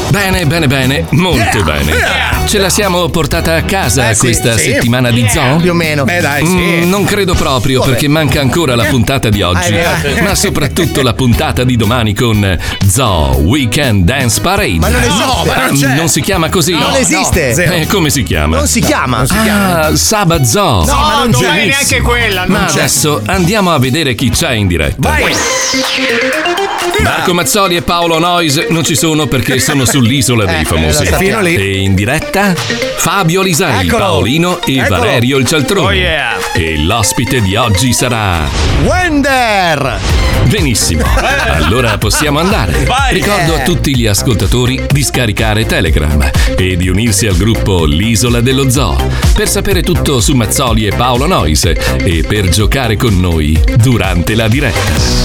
Bene, molto bene. Ce la siamo portata a casa questa settimana di zoo? Più o meno. Beh, dai, sì. Non credo proprio, perché manca ancora la puntata di oggi, ma soprattutto la puntata di domani con Zoo Weekend Dance Parade. Ma non esiste. Non si chiama così? Non esiste. Come si chiama? Non si chiama. Sabato Zoo. No, ma non Benissimo. vale neanche quella. Ma adesso andiamo a vedere chi c'è in diretta. Vai. Marco Mazzoli e Paolo Noyes non ci sono perché sono sull'isola dei famosi. Fino lì. E in diretta Fabio Lisei, Eccolo. Paolino e Eccolo. Valerio il Cialtrone. Oh, yeah. E l'ospite di oggi sarà... Wender. Benissimo, allora possiamo andare. Vai. Ricordo a tutti gli ascoltatori di scaricare Telegram e di unirsi al gruppo L'Isola dello Zoo per sapere tutto su Mazzoli e Paolo Noyes e per giocare con noi durante la diretta.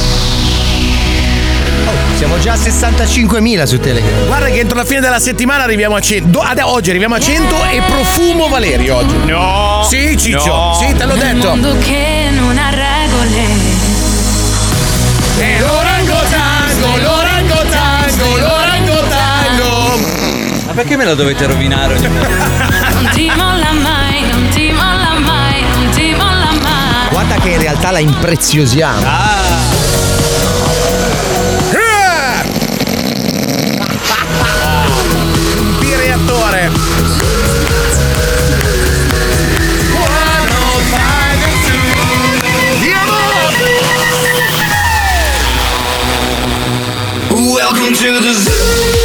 Siamo già a 65.000 su Telegram. Guarda che entro la fine della settimana arriviamo a 100. Oggi arriviamo a 100 e profumo Valerio oggi. No. Sì, Ciccio. No. Sì, te l'ho detto. Un mondo che non ha regole. E l'orangotango. Ma perché me la dovete rovinare? Non ti molla mai, non ti molla mai, non ti molla mai. Guarda che in realtà la impreziosiamo. Bireattore. Welcome to the zoo.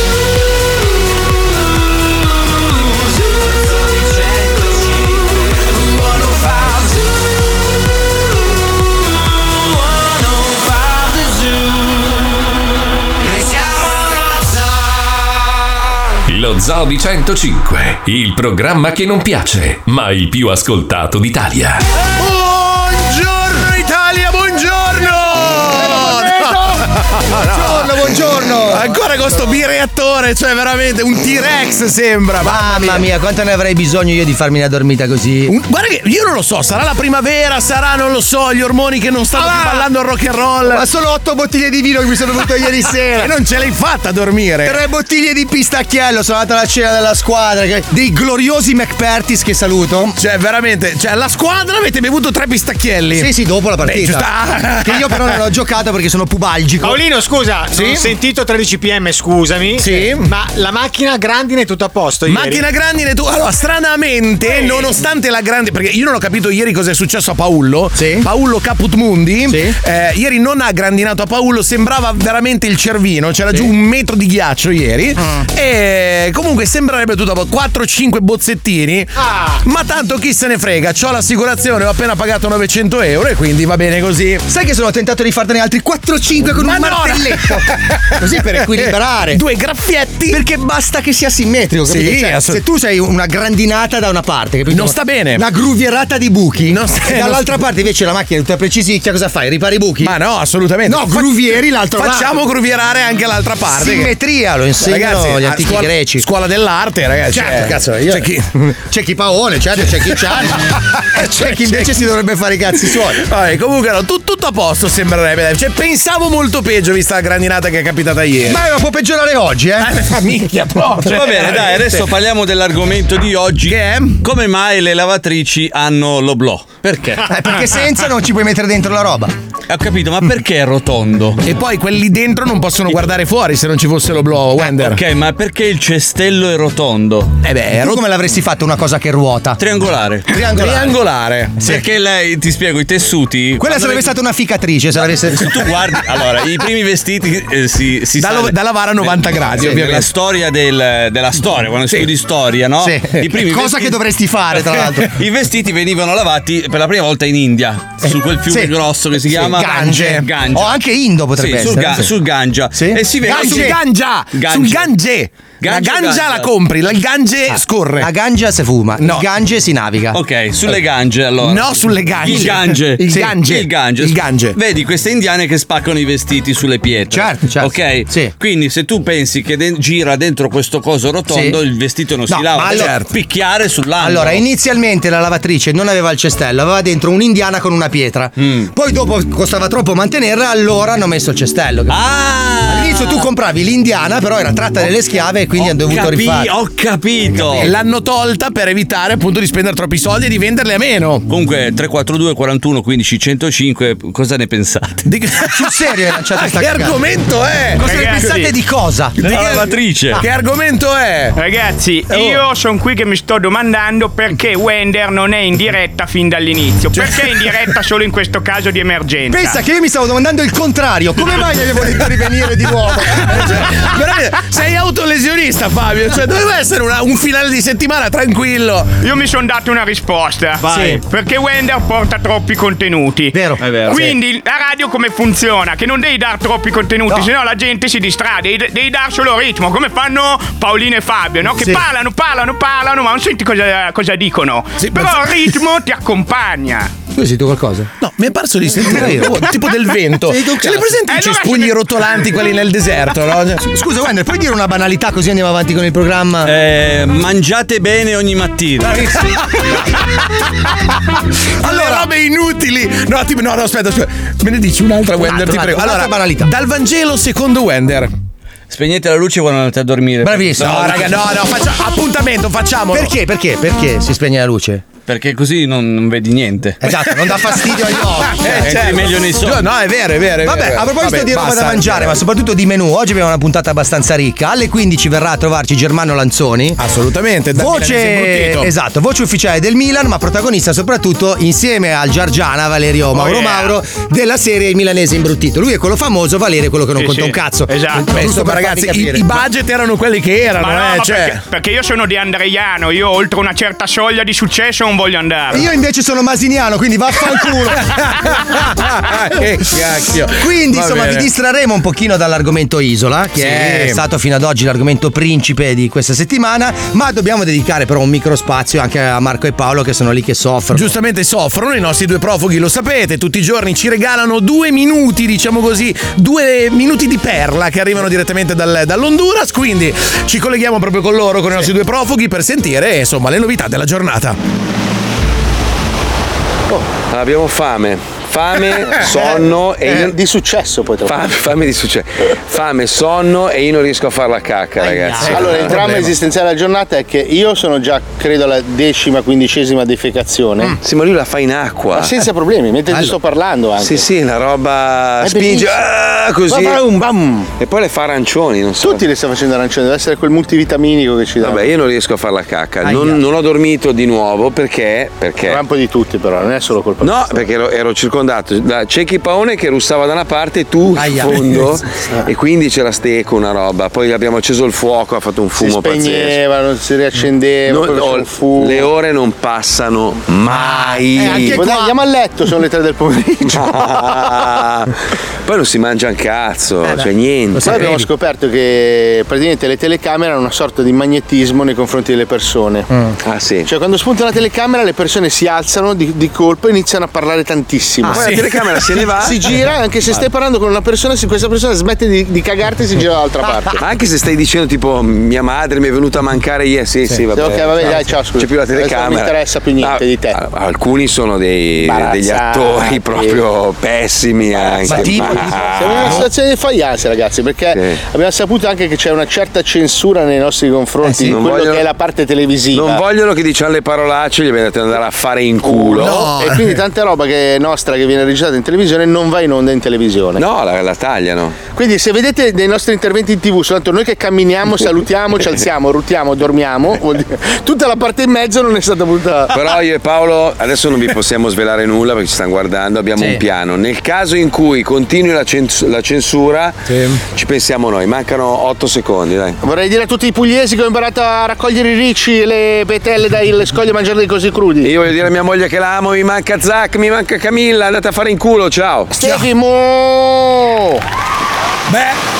Lo Zoo di 105, il programma che non piace, ma il più ascoltato d'Italia. Buongiorno Italia, buongiorno! Buongiorno. Ancora con sto bireattore, cioè veramente un T-Rex sembra. Mamma mia, quanto ne avrei bisogno io di farmi una dormita così. Guarda che io non lo so, sarà la primavera, sarà, non lo so, gli ormoni che non stanno più ballando il rock and roll. Ma sono 8 bottiglie di vino che mi sono bevuto ieri sera. E non ce l'hai fatta a dormire. 3 bottiglie di pistacchiello, sono andato alla cena della squadra. Dei gloriosi McPertis che saluto. Cioè, veramente, la squadra avete bevuto 3 pistacchielli. Sì, dopo la partita. Che io però non ho giocato perché sono pubalgico. Paolino, scusa, Sì? non ho sentito 13 PM, scusami. Sì. Ma la macchina grandine è tutto a posto ieri? Macchina grandine tu. Allora, stranamente, nonostante la grande. Perché io non ho capito ieri cosa è successo a Paolo. Sì. Paolo Caput Mundi. Sì. Ieri non ha grandinato a Paolo, sembrava veramente il cervino. C'era giù 1 metro di ghiaccio ieri. E comunque sembrerebbe tutto a posto. 4-5 bozzettini. Ma tanto chi se ne frega. C'ho l'assicurazione, ho appena pagato 900 euro e quindi va bene così. Sai che sono tentato di fartene altri 4-5 con Ma un no, martelletto. Così per equilibrare. 2 graffietti. Perché basta che sia simmetrico, capito? Sì, Cioè, se tu sei una grandinata da una parte, capito? Non sta bene. Una gruvierata di buchi. Non sta- e dall'altra parte invece la macchina è tutta precisicchia, cosa fai? Ripari i buchi? Ma no, assolutamente. No, gruvieri l'altro lato. Facciamo gruvierare anche l'altra parte. Simmetria, lo insegnano Ragazzi, gli a antichi scuola, greci. Scuola dell'arte, ragazzi. Certo, cazzo, io. C'è chi paone, certo, c'è chi c'ha. C'è chi invece si dovrebbe fare i cazzi suoi. Vabbè, comunque no, tutto a posto sembrerebbe. Dai. Cioè, pensavo molto peggio vista la grandinata che è capitata ieri. Ma può peggiorare oggi, minchia, proprio. Va bene, dai, adesso parliamo dell'argomento di oggi. Che è? Come mai le lavatrici hanno l'oblò? Perché? Perché senza non ci puoi mettere dentro la roba. Ho capito, ma perché è rotondo? E poi quelli dentro non possono guardare fuori se non ci fosse lo blow, Wender. Ok, ma perché il cestello è rotondo? Tu come l'avresti fatto una cosa che ruota? Triangolare. Triangolare. Perché lei, ti spiego, i tessuti. Quella sarebbe stata una ficatrice, se l'avesse. Se tu guardi, allora, i primi vestiti si Da lavare a 90 gradi, ovviamente. La storia della storia, quando studi storia, no? Sì. I primi Cosa vestiti- che dovresti fare, tra l'altro. I vestiti venivano lavati per la prima volta in India, su quel fiume Sì. grosso che si chiama Gange. Gange. O anche Indo potrebbe Sì, essere. sul Gangia. Sì. E si vede Sul che- Gangia! Gange. Sul Gange! La Gange o Gangia Gangia? la compri, il Gange scorre. La Gangia si fuma, No. il Gange si naviga. Ok, sulle Gange allora. No, sulle Gange. Il Gange. Il Sì, Gange. Il Gange. Il Gange. Vedi queste indiane che spaccano i vestiti sulle pietre. Certo. Ok? Sì. Quindi se tu pensi che gira dentro questo coso rotondo, Sì. il vestito non No, si lava, ma deve allora- picchiare sull'angolo. Allora, inizialmente la lavatrice non aveva il cestello, aveva dentro un'indiana con una pietra. Poi dopo costava troppo mantenerla, allora hanno messo il cestello. Ah! All'inizio tu compravi l'indiana, però era tratta dalle schiave quindi hanno dovuto rifare. Ho capito. L'hanno tolta per evitare appunto di spendere troppi soldi e di venderle a meno. Comunque 342 41 15 105, cosa ne pensate? Sul serio hai lanciato sta Che cagata? argomento è? Cosa ne Ragazzi. pensate di cosa? La lavatrice. Che argomento è? Ragazzi, io sono qui che mi sto domandando perché Wender non è in diretta fin dall'inizio. Perché è in diretta solo in questo caso di emergenza? Pensa che io mi stavo domandando il contrario. Come mai mi avevo detto rivenire di nuovo? Veramente, sei autolesionista, Fabio. Cioè, doveva essere un finale di settimana tranquillo. Io mi sono dato una risposta. Vai. Sì. Perché Wender porta troppi contenuti. Vero. È vero. Quindi la radio come funziona? Che non devi dare troppi contenuti, sennò la gente si distrae. Devi dare solo ritmo, come fanno Paolino e Fabio, no? Che Sì. parlano, ma non senti cosa dicono. Sì, Però il ritmo ti accompagna. Tu hai sentito qualcosa? No, mi è parso di sentire tipo del vento. Sei tu, Ce li cazzo. presenti i Allora cespugli se ne- rotolanti, quelli nel deserto, no? Scusa, Wender, puoi dire una banalità così andiamo avanti con il programma? Mangiate bene ogni mattina. Allora, robe inutili. No, aspetta. Me ne dici un'altra, Wender, ti prego. un'altra Allora, banalità. dal Vangelo secondo Wender. Spegnete la luce quando andate a dormire. Bravissimo. No, raga, no, appuntamento, facciamolo. Perché? Perché si spegne la luce? Perché così non vedi niente. Esatto, non dà fastidio agli occhi. Entri meglio nei sogni. No, è vero. Vabbè, a proposito di roba da mangiare, ma soprattutto di menù, oggi abbiamo una puntata abbastanza ricca. Alle 15 verrà a trovarci Germano Lanzoni. Assolutamente, dal milanese Voce, imbruttito. esatto, voce ufficiale del Milan, ma protagonista soprattutto insieme al Giargiana Valerio Mauro della serie Il Milanese Imbruttito. Lui è quello famoso, Valerio è quello che non conta un cazzo. Esatto. Beh, Giusto insomma, per ragazzi, farvi capire. i budget erano quelli che erano, Ma no, ma cioè. perché io sono di Andreiano, io oltre una certa soglia di successo non voglio andare. Io invece sono masiniano, quindi vaffanculo. Che cacchio. Quindi Va insomma bene. vi distrarremo un pochino dall'argomento Isola, che è stato fino ad oggi l'argomento principe di questa settimana, ma dobbiamo dedicare però un micro spazio anche a Marco e Paolo che sono lì che soffrono. Giustamente soffrono, i nostri due profughi lo sapete, tutti i giorni ci regalano 2 minuti, diciamo così, 2 minuti di perla che arrivano direttamente dall'Honduras, quindi ci colleghiamo proprio con loro, con i nostri due profughi per sentire insomma le novità della giornata. Abbiamo fame. Fame, sonno e di successo poi fame di successo. Fame, sonno e io non riesco a fare la cacca, ragazzi. Allora, il dramma esistenziale della giornata è che io sono già, credo, alla 10ª, 15ª defecazione. Sì, ma lui la fa in acqua. Ma senza problemi, mentre ti sto parlando anche. Sì, la roba È spinge così. Bam. E poi le fa arancioni, non so. Tutti le sta facendo arancione, deve essere quel multivitaminico che ci dà. Vabbè, io non riesco a fare la cacca. Non ho dormito di nuovo perché. È un po' di tutti, però, non è solo colpa No, tua. perché ero circondato da Cecchi Paone che russava da una parte e tu in fondo e quindi c'era steco una roba. Poi abbiamo acceso il fuoco, ha fatto un Si fumo pazzesco. spegneva, non si riaccendeva, poi faceva un fumo. Le ore non passano mai. Anche qua. Dai, andiamo a letto, sono le 3 del pomeriggio. Poi non si mangia un cazzo, cioè niente. Poi abbiamo scoperto che praticamente le telecamere hanno una sorta di magnetismo nei confronti delle persone. Ah sì. Cioè quando spunta la telecamera le persone si alzano di colpo e iniziano a parlare tantissimo. Poi la telecamera se ne va. Si gira, anche se stai parlando con una persona, se questa persona smette di cagarti si gira dall'altra parte. Ma anche se stai dicendo tipo mia madre mi è venuta a mancare ieri, sì, vabbè. Ok, vabbè, dai, ciao, scusa. C'è più la Adesso telecamera. non mi interessa più niente di te. Alcuni sono degli Imbarazzati. attori proprio pessimi anche. Ma tipo, siamo in una situazione di faglianza, ragazzi, perché abbiamo saputo anche che c'è una certa censura nei nostri confronti di quello che è la parte televisiva. Non vogliono che diciamo le parolacce, gli abbiamo detto di andare a fare in culo. No. E quindi tanta roba che è nostra che viene registrata in televisione non va in onda in televisione. No, la tagliano. Quindi se vedete dei nostri interventi in TV, soltanto noi che camminiamo, salutiamo, ci alziamo, rutiamo, dormiamo, vuol dire, tutta la parte in mezzo non è stata buttata. Però io e Paolo adesso non vi possiamo svelare nulla perché ci stanno guardando, abbiamo un piano. Nel caso in cui continui la censura, ci pensiamo noi, mancano 8 secondi, dai. Vorrei dire a tutti i pugliesi che ho imparato a raccogliere i ricci e le petelle dalle scoglie e mangiarli così crudi. Io voglio dire a mia moglie che l'amo, mi manca Zac, mi manca Camilla, andate a fare in culo, ciao. Stefimo! Beh,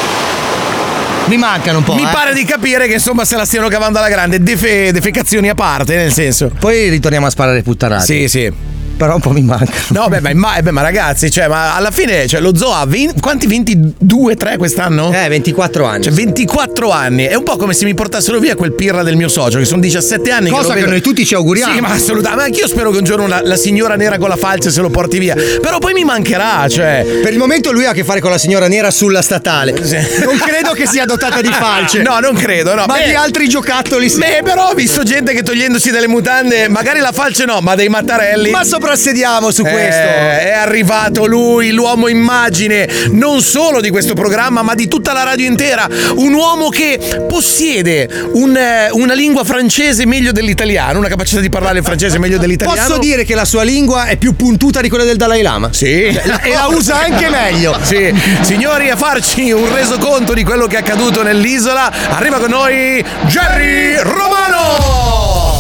mi mancano un po'. mi pare di capire che insomma se la stiano cavando alla grande, defecazioni a parte, nel senso. Poi ritorniamo a sparare puttanate. Sì. Però un po' mi manca. No, ma ragazzi, cioè, ma alla fine, cioè, lo zoo ha quanti 22, 3 quest'anno? 24 anni. Cioè, 24 anni. È un po' come se mi portassero via quel pirla del mio socio, che sono 17 anni. Cosa che noi tutti ci auguriamo. Sì, ma assolutamente. Ma anch'io spero che un giorno la signora nera con la falce se lo porti via. Però poi mi mancherà, cioè. Per il momento lui ha a che fare con la signora nera sulla statale. Sì. Non credo che sia dotata di falce. No, non credo, no. Ma di altri giocattoli sì. Però ho visto gente che togliendosi delle mutande, magari la falce no, ma dei mattarelli. Ma soprassediamo su questo. È arrivato lui, l'uomo immagine, non solo di questo programma, ma di tutta la radio intera. Un uomo che possiede una lingua francese meglio dell'italiano, una capacità di parlare il francese meglio dell'italiano. Posso dire che la sua lingua è più puntuta di quella del Dalai Lama? Sì. E la usa anche meglio. Sì. Signori, a farci un resoconto di quello che è accaduto nell'isola, arriva con noi Jerry Romano!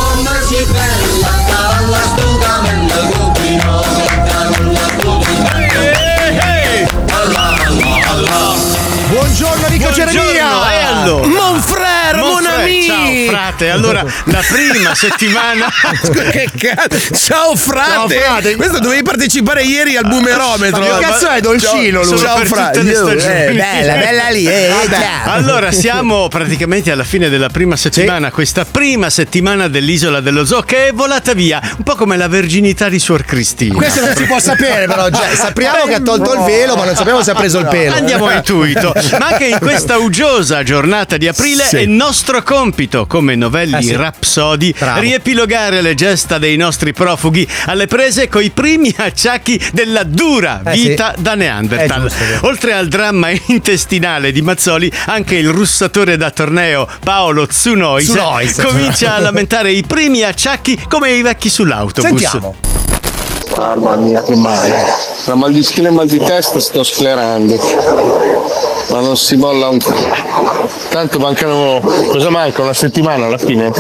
Buongiorno amico Geremia! E allora? Mon frère, mon ami! Ciao frate, allora la prima settimana. Che cazzo? Ciao frate! Questo dovevi partecipare ieri al boomerometro. Ma che cazzo è Dolcino lui? Ciao frate! Bella lì, Allora siamo praticamente alla fine della prima settimana, questa prima settimana dell'isola dello zoo che è volata via, un po' come la verginità di Suor Cristina. Questo non si può sapere però, sappiamo che ha tolto il velo, ma non sappiamo se ha preso il pelo. Andiamo a intuito. Ma anche in questa uggiosa giornata di aprile è nostro compito, come Novelli Rapsodi, riepilogare le gesta dei nostri profughi alle prese coi primi acciacchi della dura vita da Neanderthal. Oltre al dramma intestinale di Mazzoli, anche il russatore da torneo Paolo Tsunoise comincia a lamentare i primi acciacchi come i vecchi sull'autobus. Sentiamo. Mamma mia, che male. Tra mal di schiena e mal di testa sto sclerando. Ma non si molla un po'. Tanto mancano. Cosa manca? Una settimana alla fine?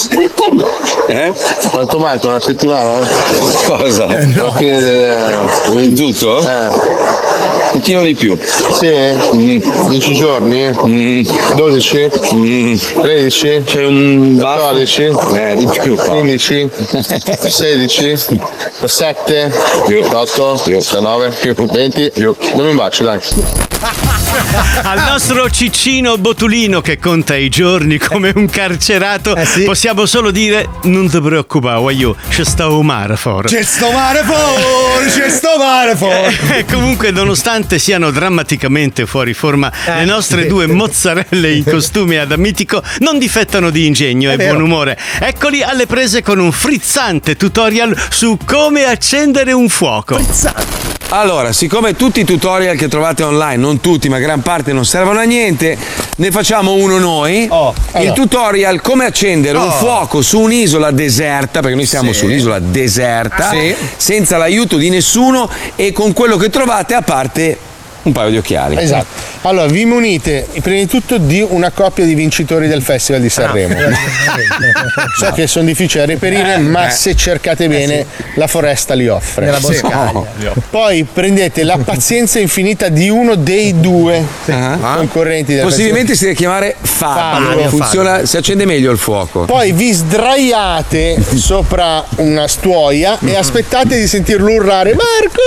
Quanto manca? Una settimana? Cosa? Alla fine Il tutto? Un pochino di più. Sì? 10 giorni? 12? 13? C'è un 14? Di più. 15? 16? 17? 18? 19? 20? Non mi bacio, dai. Al nostro Ciccino Botulino che conta i giorni come un carcerato possiamo solo dire non ti preoccupare, io c'è sto mare fuori. C'è sto mare fuori. Comunque nonostante siano drammaticamente fuori forma le nostre due mozzarelle in costume ad amitico non difettano di ingegno e buon umore. Eccoli alle prese con un frizzante tutorial su come accendere un fuoco. Allora, siccome tutti i tutorial che trovate online, non tutti ma gran parte non servono a niente, ne facciamo uno noi. Il tutorial come accendere un fuoco su un'isola deserta, perché noi siamo su un'isola deserta, senza l'aiuto di nessuno e con quello che trovate a parte un paio di occhiali. Esatto. Allora, vi munite prima di tutto di una coppia di vincitori del Festival di Sanremo. So che sono difficili da reperire, ma se cercate bene, la foresta li offre. Nella boscaglia. Poi prendete la pazienza infinita di uno dei due concorrenti del Possibilmente si deve chiamare Fabio. Funziona, si accende meglio il fuoco. Poi vi sdraiate sopra una stuoia e aspettate di sentirlo urlare Marco,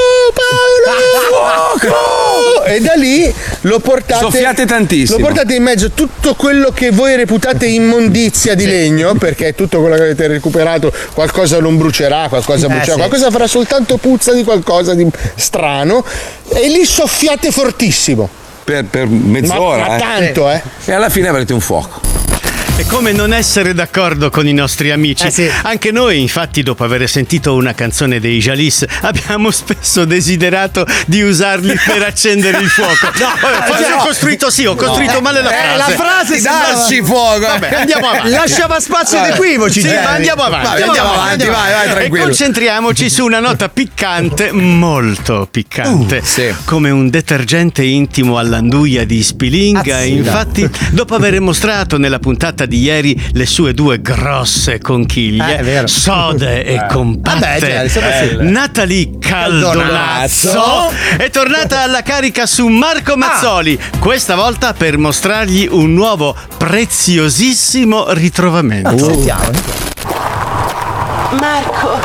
Paolo, fuoco! E da lì lo portate. Soffiate tantissimo. Lo portate in mezzo tutto quello che voi reputate immondizia di legno, perché tutto quello che avete recuperato, qualcosa non brucerà, qualcosa brucerà, qualcosa farà soltanto puzza di qualcosa di strano. E lì soffiate fortissimo. Per mezz'ora. Ma tanto, E alla fine avrete un fuoco. E come non essere d'accordo con i nostri amici? Anche noi, infatti, dopo aver sentito una canzone dei Jalis, abbiamo spesso desiderato di usarli per accendere il fuoco. Ho costruito male la frase. La frase darci fuoco. Vabbè, andiamo avanti. Lasciava spazio ad equivoci. Ma andiamo avanti. Vai, tranquillo. E concentriamoci su una nota piccante, molto piccante. Come un detergente intimo all'anduia di Spilinga. Infatti, dopo aver mostrato nella puntata di ieri le sue due grosse conchiglie, sode e compatte, Natalie Caldonazzo è tornata alla carica su Marco Mazzoli, questa volta per mostrargli un nuovo preziosissimo ritrovamento. Marco,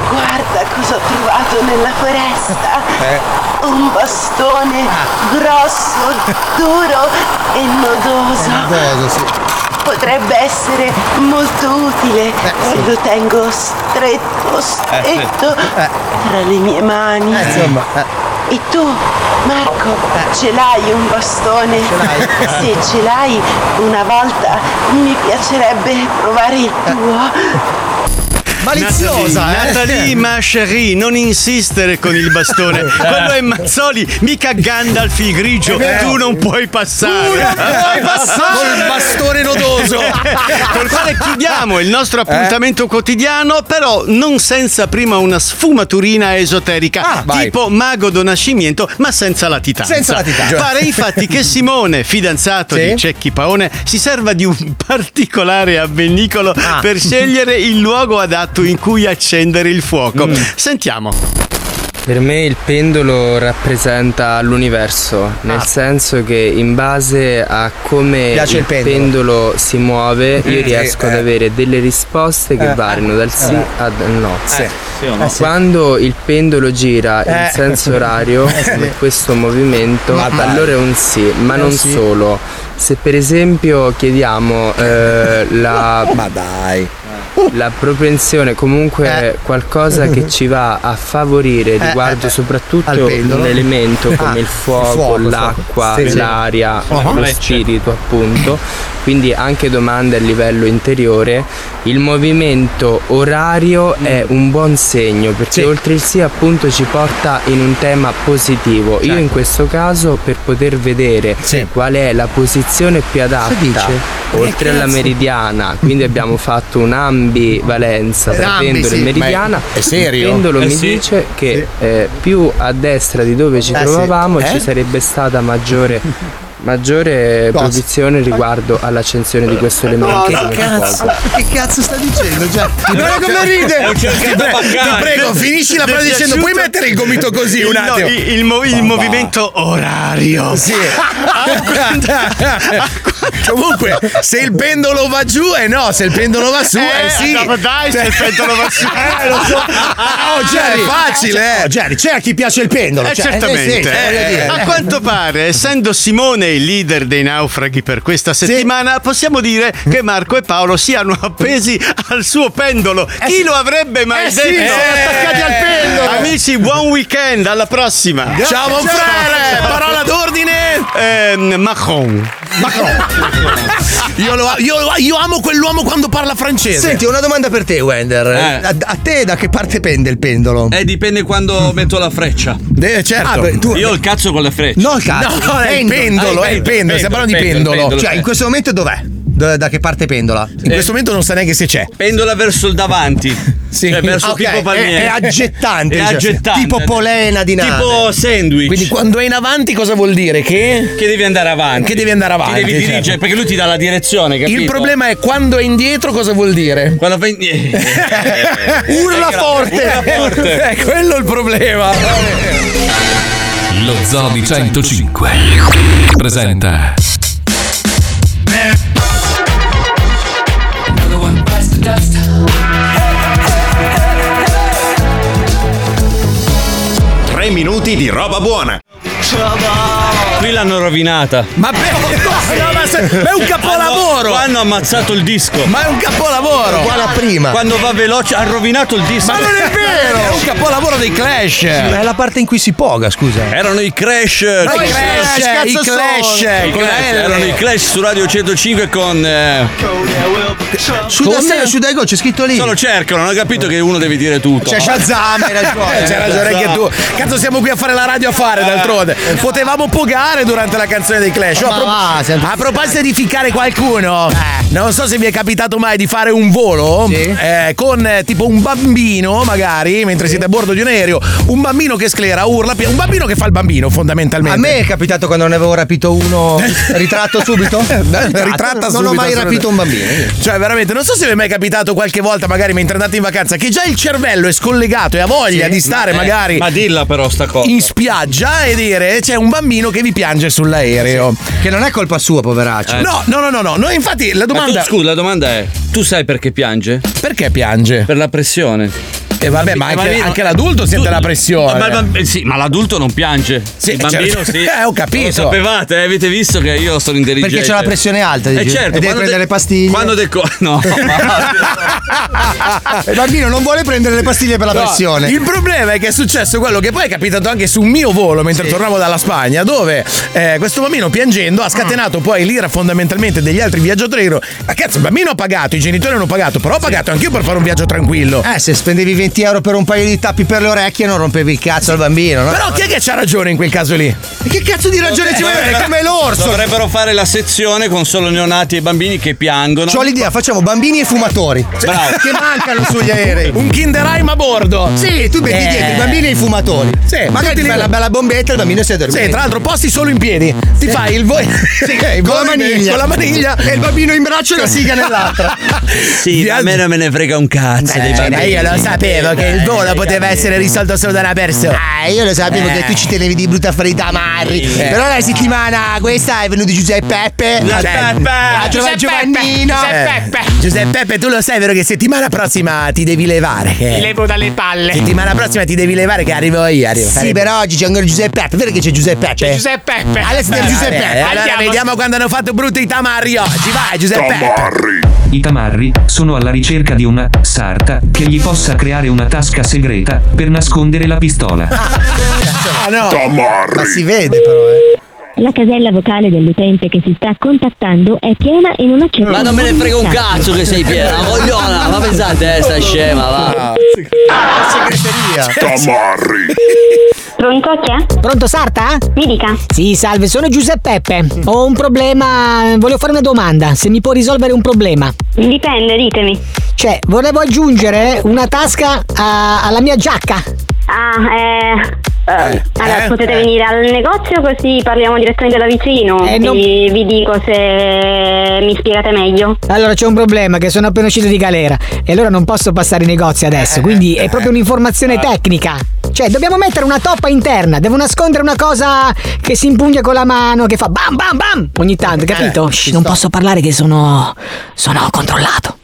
Guarda cosa ho trovato nella foresta. Un bastone grosso, duro e nodoso. Potrebbe essere molto utile se lo tengo stretto tra le mie mani. E tu, Marco, ce l'hai un bastone? Se ce l'hai, una volta mi piacerebbe provare il tuo. Maliziosa, Natalie, ma chérie, non insistere con il bastone. Quello è Mazzoli, mica Gandalf il grigio. Tu non puoi passare. Col bastone nodoso. Col quale chiudiamo il nostro appuntamento quotidiano, però non senza prima una sfumaturina esoterica, tipo mago do nascimento, ma senza latitanza. Pare infatti che Simone, fidanzato di Cecchi Paone, si serva di un particolare avvenicolo per scegliere il luogo adatto in cui accendere il fuoco. Sentiamo. Per me il pendolo rappresenta l'universo, nel senso che in base a come il pendolo si muove io riesco ad avere delle risposte che variano dal sì al no. Quando il pendolo gira in senso orario, come questo movimento, allora è un sì, ma non solo. Se per esempio chiediamo la propensione, comunque qualcosa che ci va a favorire riguardo soprattutto un elemento come il fuoco, l'acqua, l'aria, lo spirito appunto, quindi anche domande a livello interiore. Il movimento orario è un buon segno perché oltre il sì appunto ci porta in un tema positivo. Io in questo caso, per poter vedere qual è la posizione più adatta oltre alla meridiana, quindi abbiamo fatto un'ambivalenza tra pendolo e meridiana. È serio? Il pendolo mi dice che più a destra di dove ci trovavamo ci sarebbe stata maggiore posizione riguardo all'accensione di questo elemento. Che cazzo sta dicendo? Guarda come ride! Ti prego, finisci la frase dicendo: puoi mettere il gomito così un attimo? Il movimento orario. Sì. Comunque, se il pendolo va giù, no, se il pendolo va su, sì. Dai, se il pendolo va su. Lo so. È facile, Jerry, c'è a chi piace il pendolo. Certamente. A quanto pare, essendo Simone il leader dei naufraghi per questa settimana, possiamo dire che Marco e Paolo siano appesi al suo pendolo. Chi lo avrebbe mai detto? Attaccati al pendolo. Amici, buon weekend, alla prossima. Ciao, buon frere. Parola d'ordine. Macron. Io amo quell'uomo quando parla francese. Senti, una domanda per te, Wender. A te da che parte pende il pendolo? Dipende quando metto la freccia. Certo. Io ho il cazzo con la freccia. No, il cazzo. No, è il pendolo, stiamo parlando di pendolo. Cioè, in questo momento dov'è? Da che parte pendola? In questo momento non sa neanche se c'è. Pendola verso il davanti. Sì. Cioè verso Pippo Palmieri. È aggettante. È aggettante. Tipo polena di nave. Tipo sandwich. Quindi quando è in avanti cosa vuol dire? Che devi andare avanti. Ti devi dirigere, perché lui ti dà la direzione, capito? Il problema è quando è indietro cosa vuol dire? Quando vai indietro. Urla forte. È quello il problema. Lo Zoo di 105 presenta 3 minuti di roba buona. Qui l'hanno rovinata. Ma è un capolavoro. Qua hanno ammazzato il disco. Ma è un capolavoro. Uguale a prima. Quando va veloce ha rovinato il disco. Ma non è vero. È un capolavoro dei Clash. Ma è la parte in cui si poga, scusa. Erano i Crash. I Clash. Erano i Clash su Radio 105 con Su Daigo c'è scritto lì. Solo cercano, non ho capito che uno deve dire tutto. C'è Shazam, hai ragione. C'è ragione anche tu. Cazzo, siamo qui a fare la radio a fare, d'altronde. Potevamo pogare durante la canzone dei Clash. A proposito di ficcare qualcuno, non so se vi è capitato mai di fare un volo con tipo un bambino, magari, mentre siete a bordo di un aereo, un bambino che sclera, urla, un bambino che fa il bambino, fondamentalmente. A me è capitato quando ne avevo rapito uno. Ritratto subito? Ritratta subito. Non ho mai rapito un bambino. Cioè, veramente, non so se vi è mai capitato qualche volta, magari mentre andate in vacanza, che già il cervello è scollegato e ha voglia di stare magari. Ma dilla però sta cosa. In spiaggia e dire c'è un bambino che vi piange sull'aereo. Che non è colpa sua, poveraccio. No. Noi infatti la domanda. Scusa, la domanda è: tu sai perché piange? Perché piange? Per la pressione. E vabbè, ma anche l'adulto sente la pressione. Sì, ma l'adulto non piange. Sì, il bambino certo. sì. Ho capito. Lo sapevate, avete visto che io sono intelligente. Perché c'è la pressione alta, dici? certo. E deve prendere le pastiglie. Quando no. Il bambino non vuole prendere le pastiglie per la pressione. Il problema è che è successo quello che poi è capitato anche su un mio volo mentre tornavo dalla Spagna, dove questo bambino piangendo ha scatenato poi l'ira fondamentalmente degli altri viaggiatori. Ma cazzo, il bambino ha pagato, i genitori hanno pagato, però ho pagato anch'io per fare un viaggio tranquillo. Se spendevi 20 euro per un paio di tappi per le orecchie non rompevi il cazzo al bambino, no? Però chi è che c'ha ragione in quel caso lì? Che cazzo di ragione ci vuole avere? Come l'orso! Dovrebbero fare la sezione con solo neonati e bambini che piangono. C'ho l'idea, facciamo bambini e fumatori. Bravo. Che mancano sugli aerei. Un Kinderheim a bordo. Sì, tu metti dietro i bambini e i fumatori. Sì, magari ti fai la bella bombetta e il bambino si è dormito. Sì, tra l'altro posti solo in piedi. Ti fai il con la maniglia e il bambino in braccio e la siga nell'altra. Sì, a me non me ne frega un cazzo dei bambini. Io lo sapevo che il volo poteva essere risolto solo da una persona. Io lo sapevo che tu ci tenevi di brutta a fare i tamarri. Però la settimana questa è venuto Giuseppe Peppe. Giovannino. Giuseppe Peppe, tu lo sai, vero che settimana prossima ti devi levare? Mi levo dalle palle. Settimana prossima ti devi levare che arrivo io. Sì, però oggi c'è ancora Giuseppe Peppe. Vero che c'è Giuseppe Peppe? C'è Giuseppe Peppe. Adesso andiamo Giuseppe Peppe. Allora vediamo quando hanno fatto brutti i tamarri oggi. Vai Giuseppe Peppe. I tamarri sono alla ricerca di una sarta che gli possa creare una tasca segreta per nascondere la pistola. No. Tamarri. Ma si vede però, La casella vocale dell'utente che si sta contattando è piena e non accetta. Ma non me ne frega un cazzo che sei piena, vogliola. Ma pensate, sta scema, va. Segreteria. Tamarri. Pronto, chi è? Pronto, Sarta? Mi dica. Sì, salve, sono Giuseppe Peppe. Ho un problema, volevo fare una domanda, se mi può risolvere un problema. Dipende, ditemi. Cioè, volevo aggiungere una tasca alla mia giacca. Allora, potete venire al negozio così parliamo direttamente da vicino e vi dico se mi spiegate meglio. Allora, c'è un problema, che sono appena uscito di galera e allora non posso passare i negozi adesso, quindi è proprio un'informazione tecnica. Cioè, dobbiamo mettere una toppa interna, devo nascondere una cosa che si impugna con la mano, che fa bam bam bam ogni tanto, capito? Non posso parlare che sono controllato.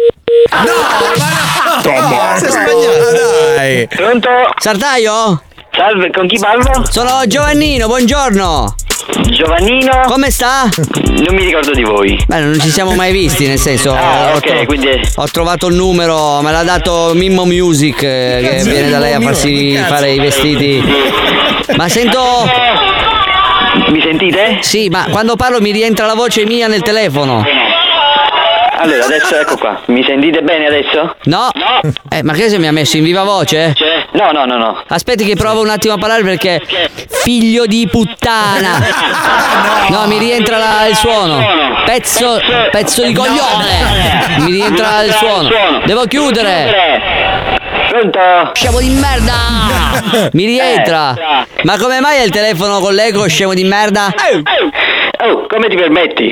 Tamarri. Dai. Pronto? Sartaio? Salve, con chi parlo? Sono Giovannino, buongiorno. Giovannino? Come sta? Non mi ricordo di voi. Beh, non ci siamo mai visti, nel senso. Quindi ho trovato il numero, me l'ha dato Mimmo Music, che viene da lei a farsi fare i vestiti. Ma sento. Mi sentite? Sì, ma quando parlo mi rientra la voce mia nel telefono. Allora, adesso ecco qua. Mi sentite bene adesso? No. Ma che se mi ha messo in viva voce? No. Aspetti che provo un attimo a parlare perché. Figlio di puttana! No, mi rientra il suono. Pezzo di coglione! Mi rientra il suono. Devo chiudere! Pronto? Scemo di merda! Mi rientra! Ma come mai è il telefono con l'eco, scemo di merda? Oh, come ti permetti?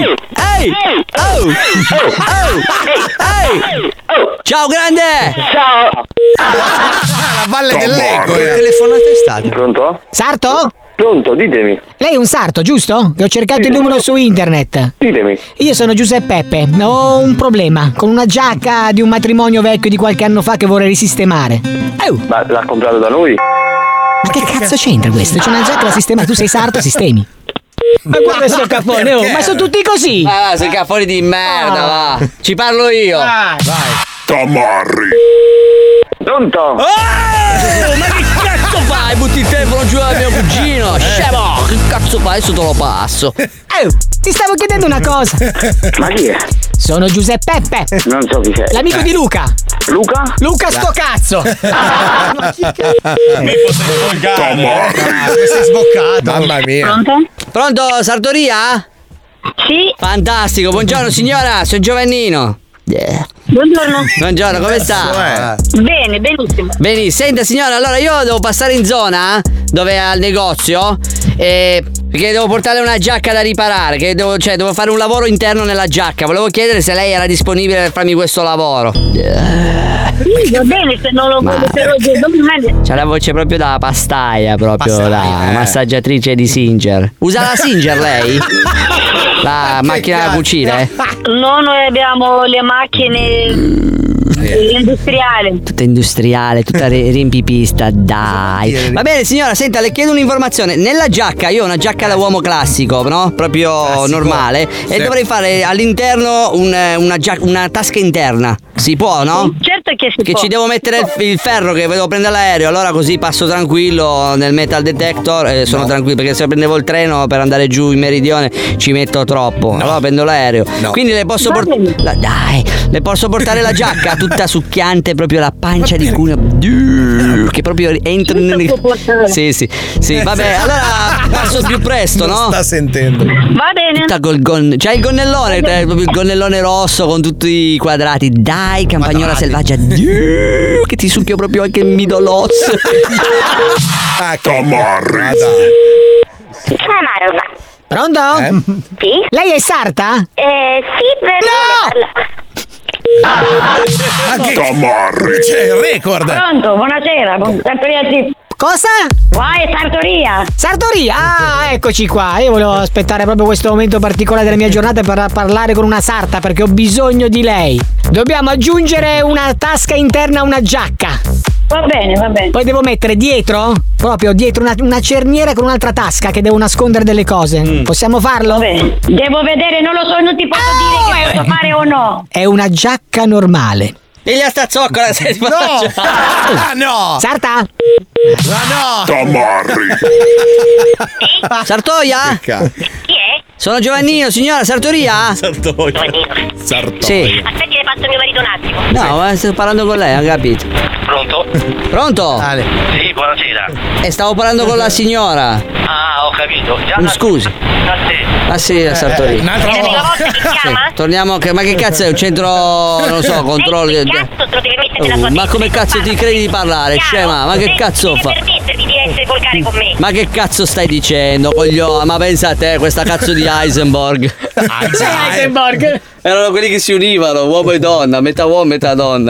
Ciao grande! Ciao! La valle dell'eco. Che telefonata è stata? Pronto? Sarto? Pronto, ditemi. Lei è un sarto, giusto? Che ho cercato il numero su internet. Ditemi. Io sono Giuseppe Peppe. Ho un problema con una giacca di un matrimonio vecchio di qualche anno fa che vorrei risistemare. Ma l'ha comprato da noi? Ma che cazzo c'entra questo? C'è una giacca da sistemare, tu sei sarto, sistemi. Ma guarda questo caffone, ma sono tutti così. Sei caffoni di merda, va. Ci parlo io. Vai. Tamarri. Pronto? Ma che cazzo fai? Butti il telefono giù al mio cugino, scemo! Che cazzo fai? Adesso te lo passo. Ti stavo chiedendo una cosa. Ma chi è? Sono Giuseppe Peppe. Non so chi sei. L'amico di Luca. Luca? Luca sto cazzo. Ma chi Tamarri. Sei sboccato. Mamma mia. Pronto, sartoria? Sì. Fantastico, buongiorno signora, sono Giovannino. Buongiorno, come sta? Bene, benissimo. Benissimo, senta signora, allora io devo passare in zona dove è al negozio perché devo portare una giacca da riparare, che devo fare un lavoro interno nella giacca. Volevo chiedere se lei era disponibile per farmi questo lavoro. Sì, va bene, se non lo C'ha la voce proprio da pastaia, proprio da massaggiatrice di Singer. Usa la Singer lei? La macchina da cucire? No, noi abbiamo le macchine Industriale. Tutta industriale, tutta riempipista, dai. Va bene signora, senta, le chiedo un'informazione. Nella giacca, io ho una giacca da uomo classico, no? Proprio normale. E dovrei fare all'interno una tasca interna. Si può, no? Certo che si Che può. ci devo mettere il ferro, che devo prendere l'aereo. Allora così passo tranquillo nel metal detector e sono tranquillo, perché se prendevo il treno per andare giù in meridione ci metto troppo. Allora prendo l'aereo. Quindi le posso portare. Dai, le posso portare la giacca tutta succhiante, proprio la pancia di cuneo. Che proprio entra nel. Sì, vabbè, allora passo più presto, no? Sta sentendo. Va bene. Tutta c'hai il gonnellone, proprio il gonnellone rosso con tutti i quadrati. Dai, campagnola selvaggia. Che ti succhio proprio anche il midolozzo. Tamarri. Pronto? Sì? Lei è sarta? Sì, Tamarri. C'è il record. Pronto, buonasera, sartoria Zip. Cosa? Qua è sartoria. Sartoria? Ah, eccoci qua. Io volevo aspettare proprio questo momento particolare della mia giornata per parlare con una sarta, perché ho bisogno di lei. Dobbiamo aggiungere una tasca interna a una giacca. Va bene, va bene. Poi devo mettere dietro, proprio dietro, una cerniera con un'altra tasca che devo nascondere delle cose. Possiamo farlo? Va bene. Devo vedere, non lo so, non ti posso dire che posso fare o no. È una giacca normale. Piglia sta zoccola, se ti faccio. No! Sarta? Ma no! Tamarri. Sartoia? Chi è? Sono Giovannino, signora, sartoria? Giovannino. Sì. Aspetti, le passo mio marito un attimo. No, ma sto parlando con lei, ho capito. Pronto? Pronto? Sì, buonasera. E stavo parlando con la signora. Ah, ho capito. Scusi. Ah sì, la sartoria. Un'altra volta chi chiama? Torniamo, ma che cazzo è un centro, non so, controllo. Cazzo, te lo devi mettere nella sua Ma come cazzo ti credi di parlare, scema? Ma che cazzo fa? permettervi di essere volgare con me. Ma che cazzo stai dicendo, coglione? Ma pensa a te, questa cazzo di Heisenberg. Heisenberg? Erano quelli che si univano, uomo e donna, metà uomo, metà donna.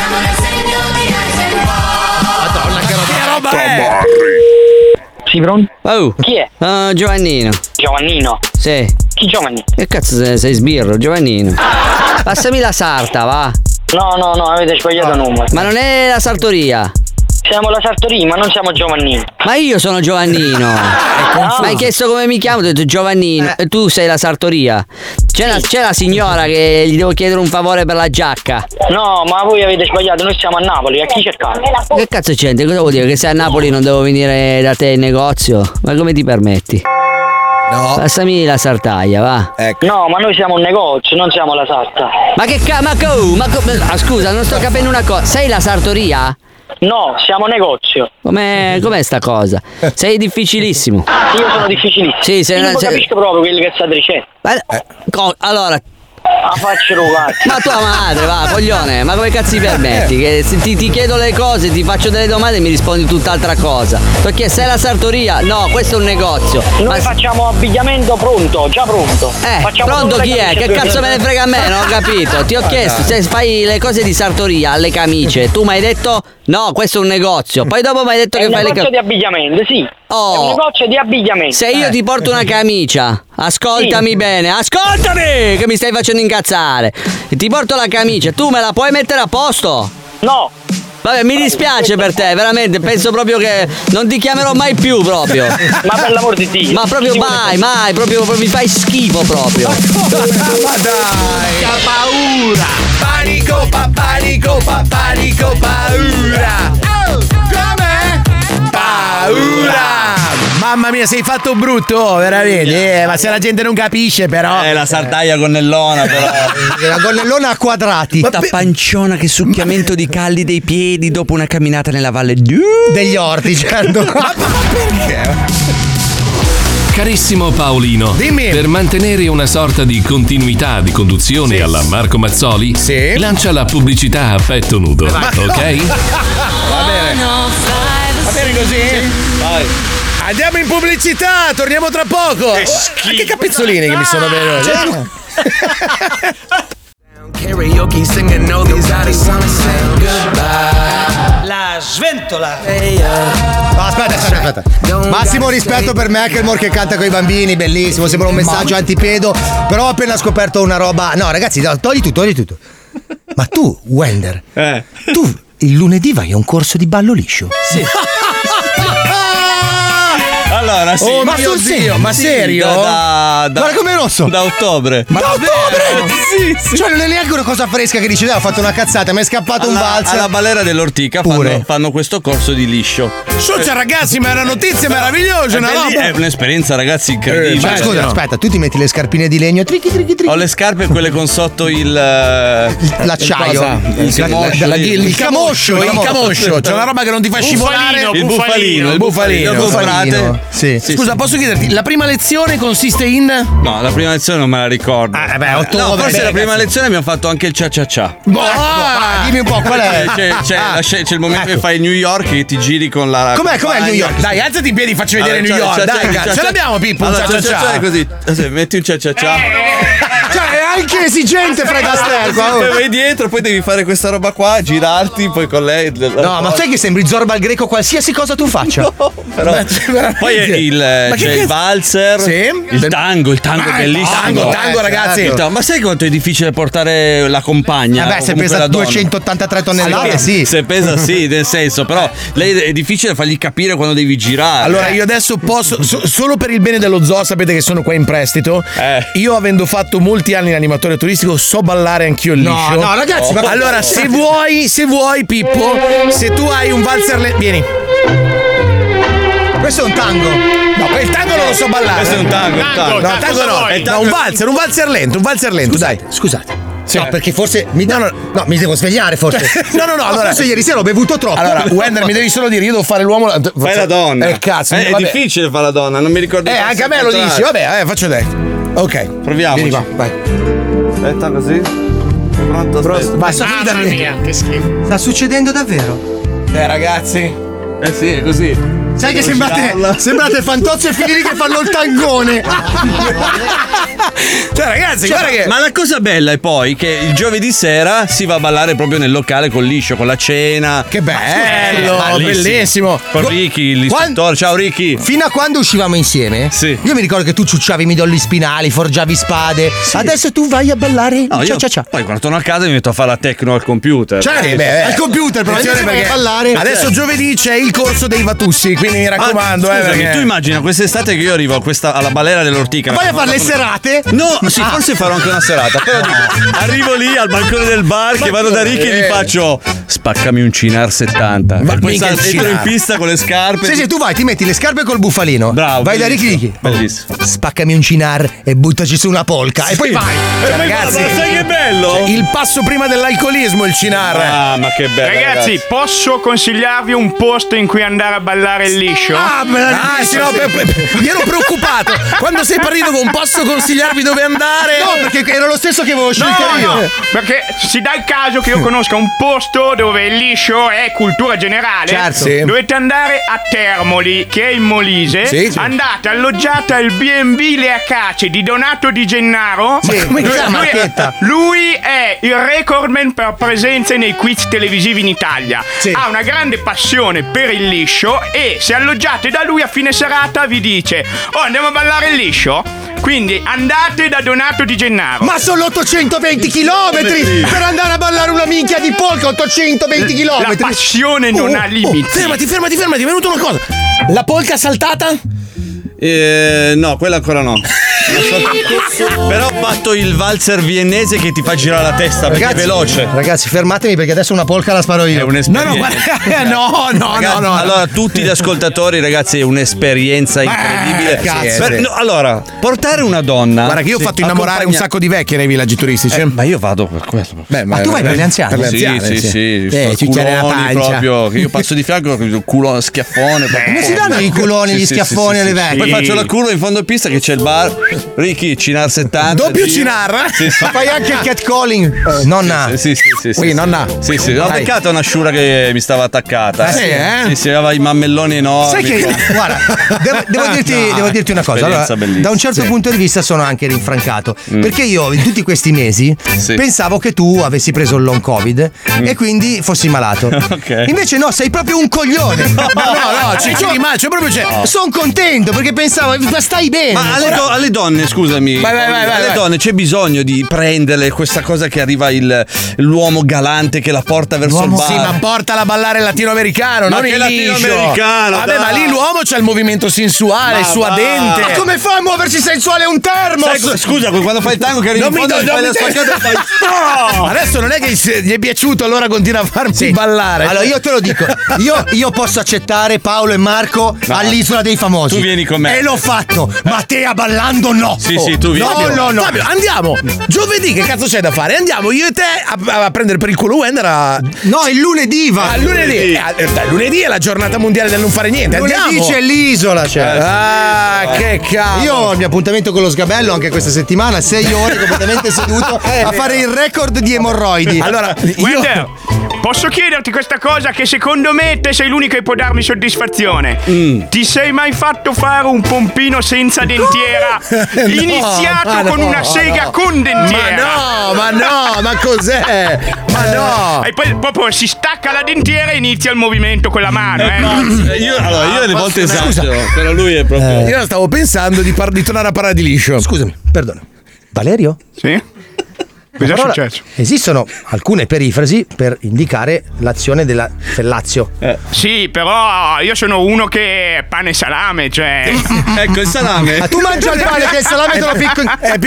Madonna, che roba è? Tamarri. Sì, pronto? Oh. Chi è? Giovannino. Giovannino. Sì. Chi Giovannino? Che cazzo sei sbirro, Giovannino? Passami la sarta, va. No, avete sbagliato numero. Ma non è la sartoria. Siamo la sartoria, ma non siamo Giovannino. Ma io sono Giovannino. Ma hai chiesto come mi chiamo? Ho detto Giovannino. E tu sei la sartoria. C'è la signora che gli devo chiedere un favore per la giacca. No, ma voi avete sbagliato, noi siamo a Napoli, a chi cercate? Che cazzo c'entra? Cosa vuol dire? Che se a Napoli non devo venire da te in negozio? Ma come ti permetti? No. Passami la sartaia, va. Ecco. No, ma noi siamo un negozio, non siamo la sarta. Ma che scusa, non sto capendo una cosa. Sei la sartoria? No, siamo negozio. Com'è sta cosa? Sei difficilissimo. Io sono difficilissimo. Sì, sei io non capisco proprio quello che state dicendo. Allora. Faccio rugare. Ma tua madre, va, coglione, ma come cazzo ti permetti? Che se ti chiedo le cose, ti faccio delle domande e mi rispondi tutt'altra cosa. Perché sei la sartoria? No, questo è un negozio. Noi facciamo abbigliamento pronto, già pronto. Facciamo pronto chi è? Che cazzo me ne frega a me? Non ho capito. Ti ho chiesto se fai le cose di sartoria, alle camicie. Tu mi hai detto no, questo è un negozio. Poi dopo mi hai detto che fai le camicie. È un negozio di abbigliamento, sì. Oh. È un negozio di abbigliamento. Se io ti porto una camicia, ascoltami bene, ascoltami che mi stai facendo incazzare. Ti porto la camicia, tu me la puoi mettere a posto? No. Vabbè, mi dispiace per te, veramente, penso proprio che non ti chiamerò mai più proprio. Ma per l'amor di Dio. Ma proprio mai, proprio mi fai schifo proprio. Ma dai! Che paura! Panico, panico, paura! Com'è? Paura! Mamma mia, sei fatto brutto, veramente. Ma se la gente non capisce, però. È la sartaia gonnellona, però. La gonnellona a quadrati. Tutta panciona, che succhiamento di calli dei piedi dopo una camminata nella valle degli orti, certo. Ma perché? Carissimo Paolino, dimmi. Per mantenere una sorta di continuità di conduzione alla Marco Mazzoli, lancia la pubblicità a petto nudo, ok? Va bene. Va bene così? Vai. Andiamo in pubblicità, torniamo tra poco. Che capezzolini che mi sono venuti. Karaoke singing all these artists wanna say goodbye. La sventola. No, aspetta. Massimo rispetto per Macklemore che canta con i bambini, bellissimo, sembra un messaggio antipedo, però ho appena scoperto una roba. No, ragazzi, togli tutto. Ma tu, Wender, tu il lunedì vai a un corso di ballo liscio? Sì. Allora, sì. Oh, ma sul serio? Ma serio? Guarda com'è rosso. Da ottobre. Ma da ottobre? Sì. Cioè non è neanche una cosa fresca che dici, ho fatto una cazzata, mi è scappato un valzer. Alla Balera dell'Ortica fanno questo corso di liscio. Cioè, ragazzi, ma è una notizia meravigliosa, una roba. È un'esperienza, ragazzi, incredibile. Ma scusa, aspetta, tu ti metti le scarpine di legno, trichi. Ho le scarpe quelle con sotto l'acciaio. Il camoscio. C'è una roba che non ti fa scivolare. Il bufalino. Sì. Scusa, posso chiederti, la prima lezione consiste in? No, la prima lezione non me la ricordo. Ottobre. No, forse la prima lezione abbiamo fatto anche il cia-cia-cia. Dimmi un po' qual è. C'è il momento che fai New York e ti giri con la. Com'è il New York? Dai, alzati in piedi, facci vedere New York. Dai, ce l'abbiamo, Pippo. Allora, cia-cia-cia è così. Metti un cia-cia-cia. Cioè, è anche esigente Fred Astaire qua. Poi vai dietro, poi devi fare questa roba qua, girarti, poi con lei. No, ma sai che sembri Zorba il greco qualsiasi cosa tu faccia. No, però. Poi c'è il valzer, il tango è bellissimo. Tango, ragazzi. Ma sai quanto è difficile portare la compagna? Vabbè, se pesa 283 tonnellate, sì. Se pesa, sì, nel senso, però lei è difficile fargli capire quando devi girare. Allora, io adesso posso, solo per il bene dello zoo, sapete che sono qua in prestito. Io, avendo fatto molti anni l'animatore turistico, so ballare anch'io il liscio. No, ragazzi, ma allora, se vuoi, Pippo, se tu hai un valzer, vieni. Questo è un tango. No, il tango non lo so ballare. Questo è un tango. No, tango no. No, un valzer lento, dai. Scusate. Sì. No, perché forse mi devo svegliare forse. No, allora forse ieri sera ho bevuto troppo. Allora, Wender, mi devi solo dire, io devo fare l'uomo. Fai la donna. Cazzo, è difficile fare la donna, non mi ricordo. Anche a me lo dici. Vabbè, faccio te. Ok, proviamo. Vieni qua, vai. Aspetta così. Pronto? Vai, sta succedendo davvero? Ragazzi. Sì, è così. Sai che sembrate Fantozzi e Filini che fanno il tangone. Cioè, ragazzi, guarda che. Ma la cosa bella è poi che il giovedì sera si va a ballare proprio nel locale con liscio, con la cena. Che bello, bellissimo. Con Ricky, l'istruttore. Ciao Ricky. Fino a quando uscivamo insieme, io mi ricordo che tu ciucciavi i midolli spinali, forgiavi spade. Adesso tu vai a ballare. No, io poi quando torno a casa mi metto a fare la techno al computer. Al computer, perché ballare. Adesso giovedì c'è il corso dei Vatussi, quindi mi raccomando. Scusami, tu immagina quest'estate che io arrivo alla Balera dell'Ortica. Vai a fare le serate? No, sì, forse farò anche una serata. Però arrivo lì al balcone del bar che vado da Ricky e gli faccio spaccami un Cinar 70. Ma poi entro in pista con le scarpe. Sì, tu vai, ti metti le scarpe col bufalino. Bravo. Vai da Ricky. Bellissimo. Spaccami un Cinar e buttaci su una polca. E poi vai. Ragazzi, ma sai che bello? Il passo prima dell'alcolismo, il Cinar. Ah, ma che bello. Ragazzi, posso consigliarvi un posto in cui andare a ballare il liscio? Sì, no, mi ero preoccupato. Quando sei partito con posso consigliarvi dove andare? No, perché era lo stesso che avevo scelto io. No, perché si dà il caso che io conosca un posto dove il liscio è cultura generale. Certo. Sì. Dovete andare a Termoli, che è in Molise. Sì. Andate alloggiate al B&B Le Acacie di Donato Di Gennaro. Sì. Come si chiama? Lui è il recordman per presenze nei quiz televisivi in Italia. Sì. Ha una grande passione per il liscio e se alloggiate da lui a fine serata vi dice: oh, andiamo a ballare il liscio? Quindi andate da Donato Di Gennaro. Ma sono 820 chilometri per andare a ballare una minchia di polka. 820 chilometri. La passione non ha limiti. Fermati, è venuta una cosa. La polka saltata? No, quella ancora no. Però ho fatto il valzer viennese che ti fa girare la testa perché è veloce. Ragazzi, fermatemi perché adesso una polka la sparo io. È un'esperienza. No. Allora, tutti gli ascoltatori, ragazzi, è un'esperienza incredibile. Cazzo. Allora, portare una donna. Guarda che io ho fatto innamorare un sacco di vecchie nei villaggi turistici. Ma io vado per quello. Ma tu vai per gli anziani? Per le anziane, sì. Ciucciare la pancia. Proprio. Che io passo di fianco con il culo schiaffone. Come si danno i culoni, gli schiaffoni alle vecchie? Poi faccio la culo in fondo pista che c'è il bar. Ricky, Cinar 70. Doppio Cinar? Sì. Ma fai anche il catcalling. Nonna. Sì. Nonna. Sì. Ho beccato una sciura che mi stava attaccata. Sì, aveva i mammelloni enormi. Sai che, guarda, devo dirti una cosa. Allora, da un certo punto di vista sono anche rinfrancato. Perché io in tutti questi mesi pensavo che tu avessi preso il long covid e quindi fossi malato. Okay. Invece no, sei proprio un coglione. No, ci rimane, proprio sono contento perché pensavo, ma stai bene. Ma alle donne donne, scusami. Vai. Alle donne c'è bisogno di prenderle questa cosa che arriva l'uomo galante che la porta verso il bar. Sì, ma portala a ballare il latinoamericano, non il latinoamericano. Vabbè, ma lì l'uomo c'ha il movimento sensuale, suadente. Ma come fa a muoversi sensuale un termos? Scusa, quando fai il tango che arrivi in fondo fai la spaccata e fai Adesso non è che gli è piaciuto, allora continua a farmi ballare. Allora io te lo dico, io posso accettare Paolo e Marco all'Isola dei Famosi. Tu vieni con me. E l'ho fatto, ma te a ballando no. Sì, tu vieni. No. Fabio, andiamo. Giovedì che cazzo c'è da fare? Andiamo io e te a prendere per il culo Wender a... No, il lunedì va. Lunedì è la giornata mondiale del non fare niente. Lunedì c'è l'isola, cioè. Che cazzo. Io ho il mio appuntamento con lo sgabello anche questa settimana, 6 ore completamente seduto a fare il record di emorroidi. Allora, Wender, posso chiederti questa cosa che secondo me te sei l'unico che può darmi soddisfazione. Ti sei mai fatto fare un pompino senza dentiera? Iniziato con una sega con dentiera. Ma cos'è? Ma no. E poi proprio si stacca la dentiera e inizia il movimento con la mano. Io alle volte esagero, però lui è proprio... Io stavo pensando di tornare a parlare di liscio. Scusami, perdona. Valerio? Sì? Cosa è successo? Esistono alcune perifrasi per indicare l'azione della fellazio. Sì, però io sono uno che pane e salame, cioè. Ecco il salame. Ma tu mangia il pane che il salame te lo picco.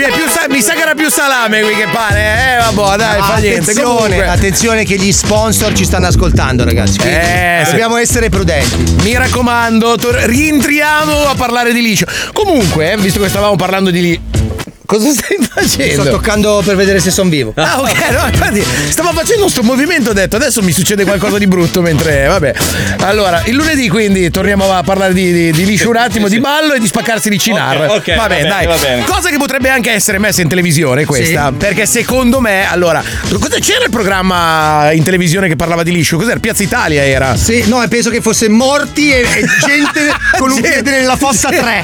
Mi sa che era più salame qui che pane. Vabbè, dai, fa niente. Attenzione che gli sponsor ci stanno ascoltando, ragazzi. Dobbiamo essere prudenti. Mi raccomando, rientriamo a parlare di liscio. Comunque, visto che stavamo parlando di cosa stai facendo? Sto toccando per vedere se sono vivo. Ah, ok, no, infatti stavo facendo sto movimento, ho detto adesso mi succede qualcosa di brutto mentre, vabbè. Allora, il lunedì quindi torniamo a parlare di liscio un attimo, di ballo e di spaccarsi di cinar. Ok, va bene, dai. Va bene. Cosa che potrebbe anche essere messa in televisione questa, perché secondo me, allora, c'era il programma in televisione che parlava di liscio? Cos'era? Piazza Italia era? Sì, no, penso che fosse morti e gente con un piede nella fossa 3.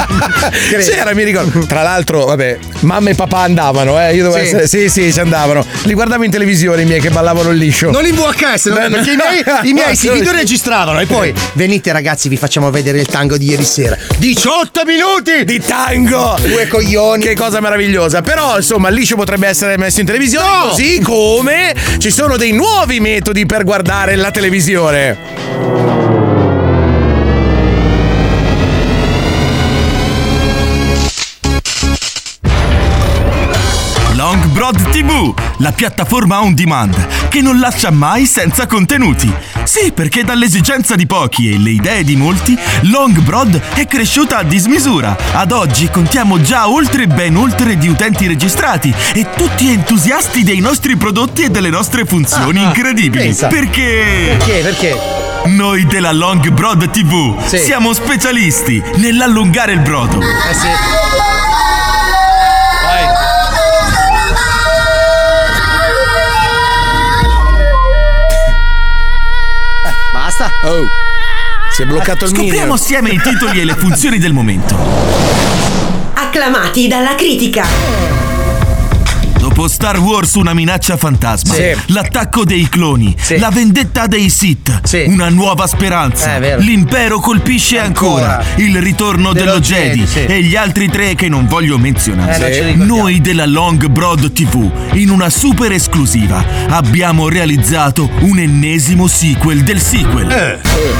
C'era, mi ricordo. Tra l'altro, vabbè, mamma e papà andavano, io dovevo essere. Sì, ci andavano. Li guardavo in televisione i miei che ballavano il liscio. Non in VHS, perché i miei si video registravano. E poi venite ragazzi, vi facciamo vedere il tango di ieri sera. 18 minuti di tango! Due coglioni. Che cosa meravigliosa. Però insomma il liscio potrebbe essere messo in televisione, così come ci sono dei nuovi metodi per guardare la televisione. Longbroad TV, la piattaforma on demand che non lascia mai senza contenuti. Sì, perché dall'esigenza di pochi e le idee di molti, Longbroad è cresciuta a dismisura. Ad oggi contiamo già ben oltre di utenti registrati e tutti entusiasti dei nostri prodotti e delle nostre funzioni incredibili. Pensa. Perché? Noi della Longbroad TV siamo specialisti nell'allungare il brodo. Sì. Basta. Oh, si è bloccato il menu. Scopriamo assieme i titoli e le funzioni del momento. Acclamati dalla critica. Dopo Star Wars una minaccia fantasma, l'attacco dei cloni, la vendetta dei Sith, una nuova speranza, l'impero colpisce ancora, il ritorno dello Jedi e gli altri 3 che non voglio menzionare. Noi della Longbroad TV, in una super esclusiva, abbiamo realizzato un ennesimo sequel del sequel.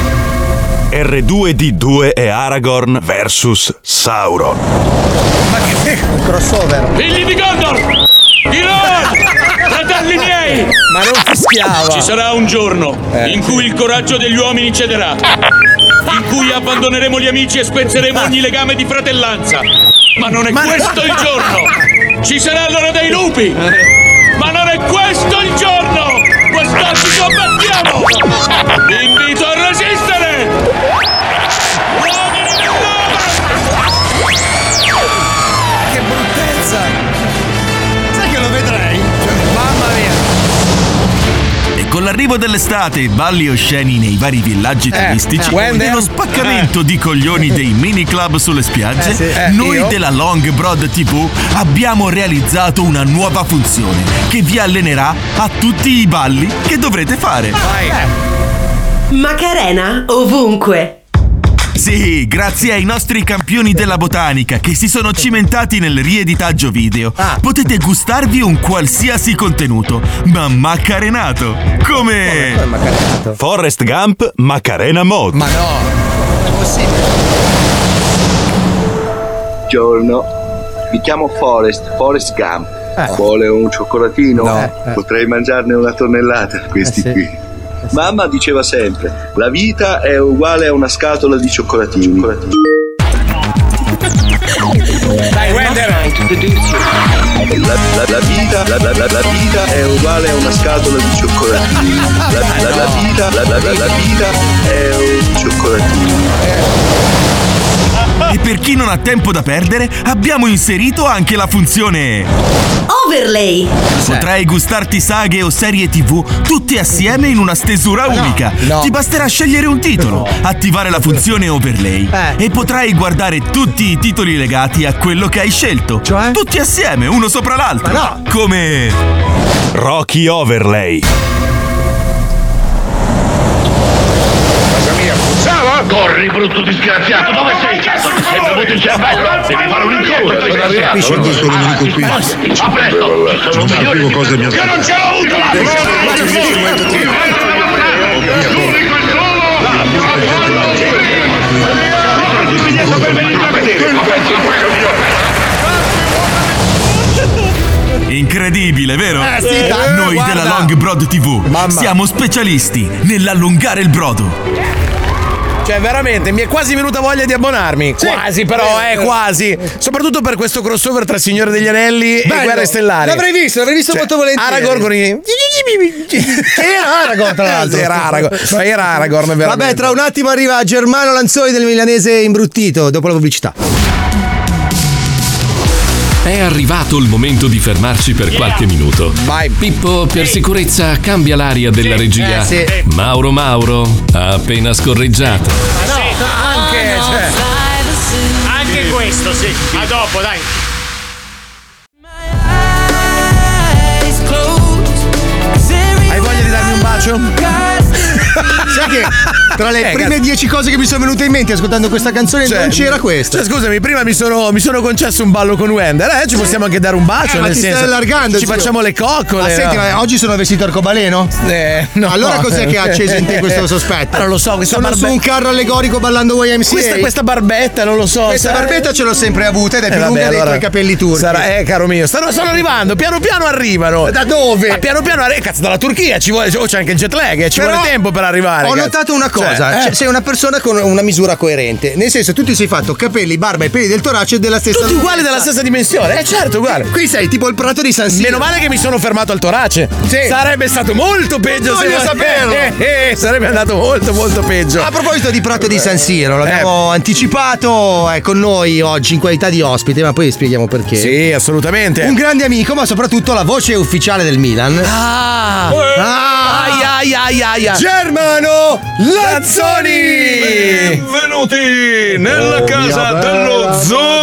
R2D2 e Aragorn vs Sauron. Ma che crossover? Figli di Gondor! Di noi! Fratelli miei! Ma non fischiava! Ci sarà un giorno in cui il coraggio degli uomini cederà, in cui abbandoneremo gli amici e spezzeremo ogni legame di fratellanza. Ma non è questo il giorno! Ci saranno dei lupi! Ma non è questo il giorno! Quest'oggi combattiamo! Vi invito a resistere! Uomini dell'uomo! Che bruttezza! Sai che lo vedrei? Mamma mia! E con l'arrivo dell'estate e balli osceni nei vari villaggi turistici e lo spaccamento di coglioni dei mini club sulle spiagge, noi della Longbroad TV abbiamo realizzato una nuova funzione che vi allenerà a tutti i balli che dovrete fare. Macarena ovunque. Sì, grazie ai nostri campioni della botanica che si sono cimentati nel rieditaggio video, potete gustarvi un qualsiasi contenuto, ma maccarenato. Come Forrest Gump Macarena Mode. Ma no, è possibile. Buongiorno, mi chiamo Forrest Gump. Vuole un cioccolatino? No. Potrei mangiarne una tonnellata questi qui. Mamma diceva sempre: la vita è uguale a una scatola di cioccolatini. Dai, Wender! La vita è uguale a una scatola di cioccolatini. La vita è un cioccolatino. E per chi non ha tempo da perdere, abbiamo inserito anche la funzione Overlay. Potrai gustarti saghe o serie TV tutte assieme in una stesura unica. Ti basterà scegliere un titolo, attivare la funzione Overlay e potrai guardare tutti i titoli legati a quello che hai scelto. Cioè? Tutti assieme, uno sopra l'altro. Come Rocky Overlay. Corri, brutto disgraziato, dove sei? Cazzo, mi sei bevuto il cervello? Devi fare un incontro, disgraziato. A presto, ci sono milioni di persone. Io non ce l'ho avuto là! incredibile, vero? Sì, dai, Noi guarda. della Long Broad TV siamo specialisti nell'allungare il brodo. Cioè, veramente, mi è quasi venuta voglia di abbonarmi. Sì, quasi, però, quasi. Soprattutto per questo crossover tra Signore degli Anelli e Guerre Stellari. L'avrei visto molto volentieri. Aragorn con i... Era Aragorn, tra l'altro. Era Aragorn. No, era Aragorn, veramente. Vabbè, tra un attimo arriva Germano Lanzoi del milanese imbruttito, dopo la pubblicità. È arrivato il momento di fermarci per qualche minuto. Vai. Pippo, per sicurezza, cambia l'aria della regia. Sì. Mauro ha appena scorreggiato. Anche questo, sì. A dopo, dai. Hai voglia di darmi un bacio? Sai che tra le prime 10 cose che mi sono venute in mente ascoltando questa canzone non c'era questa. Cioè, scusami, prima mi sono concesso un ballo con Wender. Ci possiamo anche dare un bacio, ma nel ti senso. stai allargando. Ci facciamo le coccole. Ma senti, ma oggi sono vestito arcobaleno? No. Allora cos'è che ha acceso in te questo sospetto? Non lo so, sono su un carro allegorico ballando YMCA. Questa barbetta, non lo so. Questa barbetta ce l'ho sempre avuta ed è più lunga dei tuoi capelli turchi. Caro mio, stanno arrivando, piano piano arrivano. Da dove? Piano piano cazzo, dalla Turchia ci vuole, c'è anche il jet lag, ci vuole tempo per arrivare. Ho notato una cosa, cioè, sei una persona con una misura coerente. Nel senso, tu ti sei fatto capelli, barba e peli del torace della stessa tutti uguali della stessa dimensione. Certo, uguale. Qui sei tipo il prato di San Siro. Meno male che mi sono fermato al torace. Sì. Sarebbe stato molto peggio. Voglio saperlo. Sarebbe andato molto molto peggio. A proposito di prato di San Siro, l'abbiamo anticipato, è con noi oggi in qualità di ospite, ma poi spieghiamo perché. Sì, assolutamente. Un grande amico, ma soprattutto la voce ufficiale del Milan. Aia. Germano Lanzoni! Benvenuti nella casa dello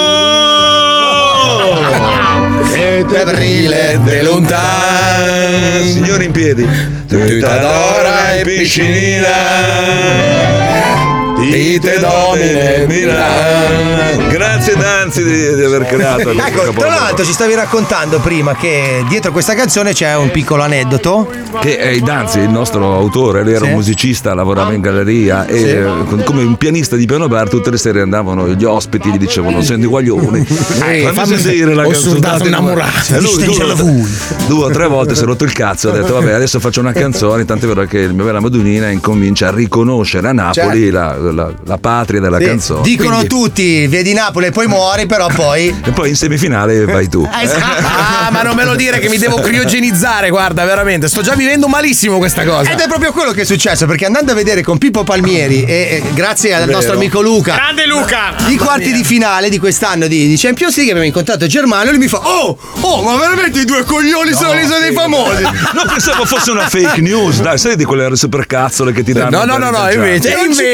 zoo! Febrile de lontano. Signori in piedi. Tutta d'ora e piscina. Dite domine Milan. Grazie Danzi di aver creato ecco, tra l'altro ci stavi raccontando prima che dietro questa canzone c'è un piccolo aneddoto. Che Danzi, il nostro autore, lui era un musicista, lavorava in galleria e come un pianista di piano bar tutte le sere andavano gli ospiti, gli dicevano senti guaglioni, fammi sentire la canzone innamorata. Lui 2 o 3 volte si è rotto il cazzo, ha detto vabbè adesso faccio una canzone, tant'è vero che il mio bella Madonnina incomincia a riconoscere a Napoli la patria della canzone. Dicono tutti vedi Napoli e poi muori, però poi e poi in semifinale vai tu. Ma non me lo dire che mi devo criogenizzare, guarda, veramente sto già vivendo malissimo questa cosa. Ed è proprio quello che è successo, perché andando a vedere con Pippo Palmieri e grazie al nostro amico Luca, grande Luca, i quarti di finale di quest'anno di Champions League, abbiamo incontrato Germano e lui mi fa ma veramente i due coglioni sono l'isola dei famosi? Non pensavo fosse una fake news, dai, sai di quelle supercazzole che ti danno. No, invece